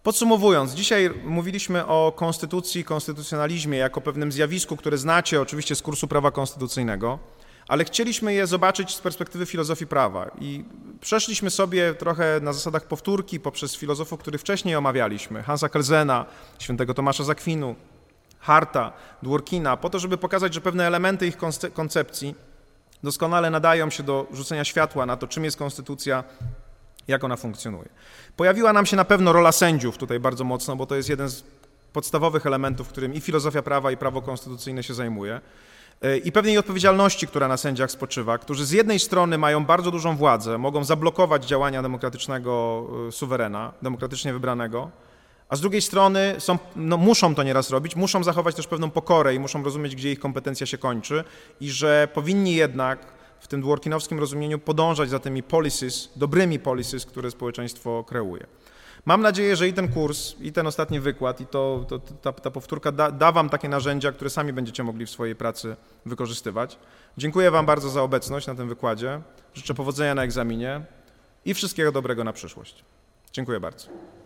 Podsumowując, dzisiaj mówiliśmy o konstytucji, konstytucjonalizmie jako pewnym zjawisku, które znacie oczywiście z kursu prawa konstytucyjnego, ale chcieliśmy je zobaczyć z perspektywy filozofii prawa i przeszliśmy sobie trochę na zasadach powtórki poprzez filozofów, których wcześniej omawialiśmy, Hansa Kelzena, świętego Tomasza z Akwinu, Harta, Dworkina, po to, żeby pokazać, że pewne elementy ich koncepcji doskonale nadają się do rzucenia światła na to, czym jest konstytucja, jak ona funkcjonuje. Pojawiła nam się na pewno rola sędziów tutaj bardzo mocno, bo to jest jeden z podstawowych elementów, którym i filozofia prawa, i prawo konstytucyjne się zajmuje. I pewnej odpowiedzialności, która na sędziach spoczywa, którzy z jednej strony mają bardzo dużą władzę, mogą zablokować działania demokratycznego suwerena, demokratycznie wybranego, a z drugiej strony muszą to nieraz robić, muszą zachować też pewną pokorę i muszą rozumieć, gdzie ich kompetencja się kończy i że powinni jednak w tym dworkinowskim rozumieniu podążać za tymi policies, dobrymi policies, które społeczeństwo kreuje. Mam nadzieję, że i ten kurs, i ten ostatni wykład, i ta powtórka da wam takie narzędzia, które sami będziecie mogli w swojej pracy wykorzystywać. Dziękuję wam bardzo za obecność na tym wykładzie. Życzę powodzenia na egzaminie i wszystkiego dobrego na przyszłość. Dziękuję bardzo.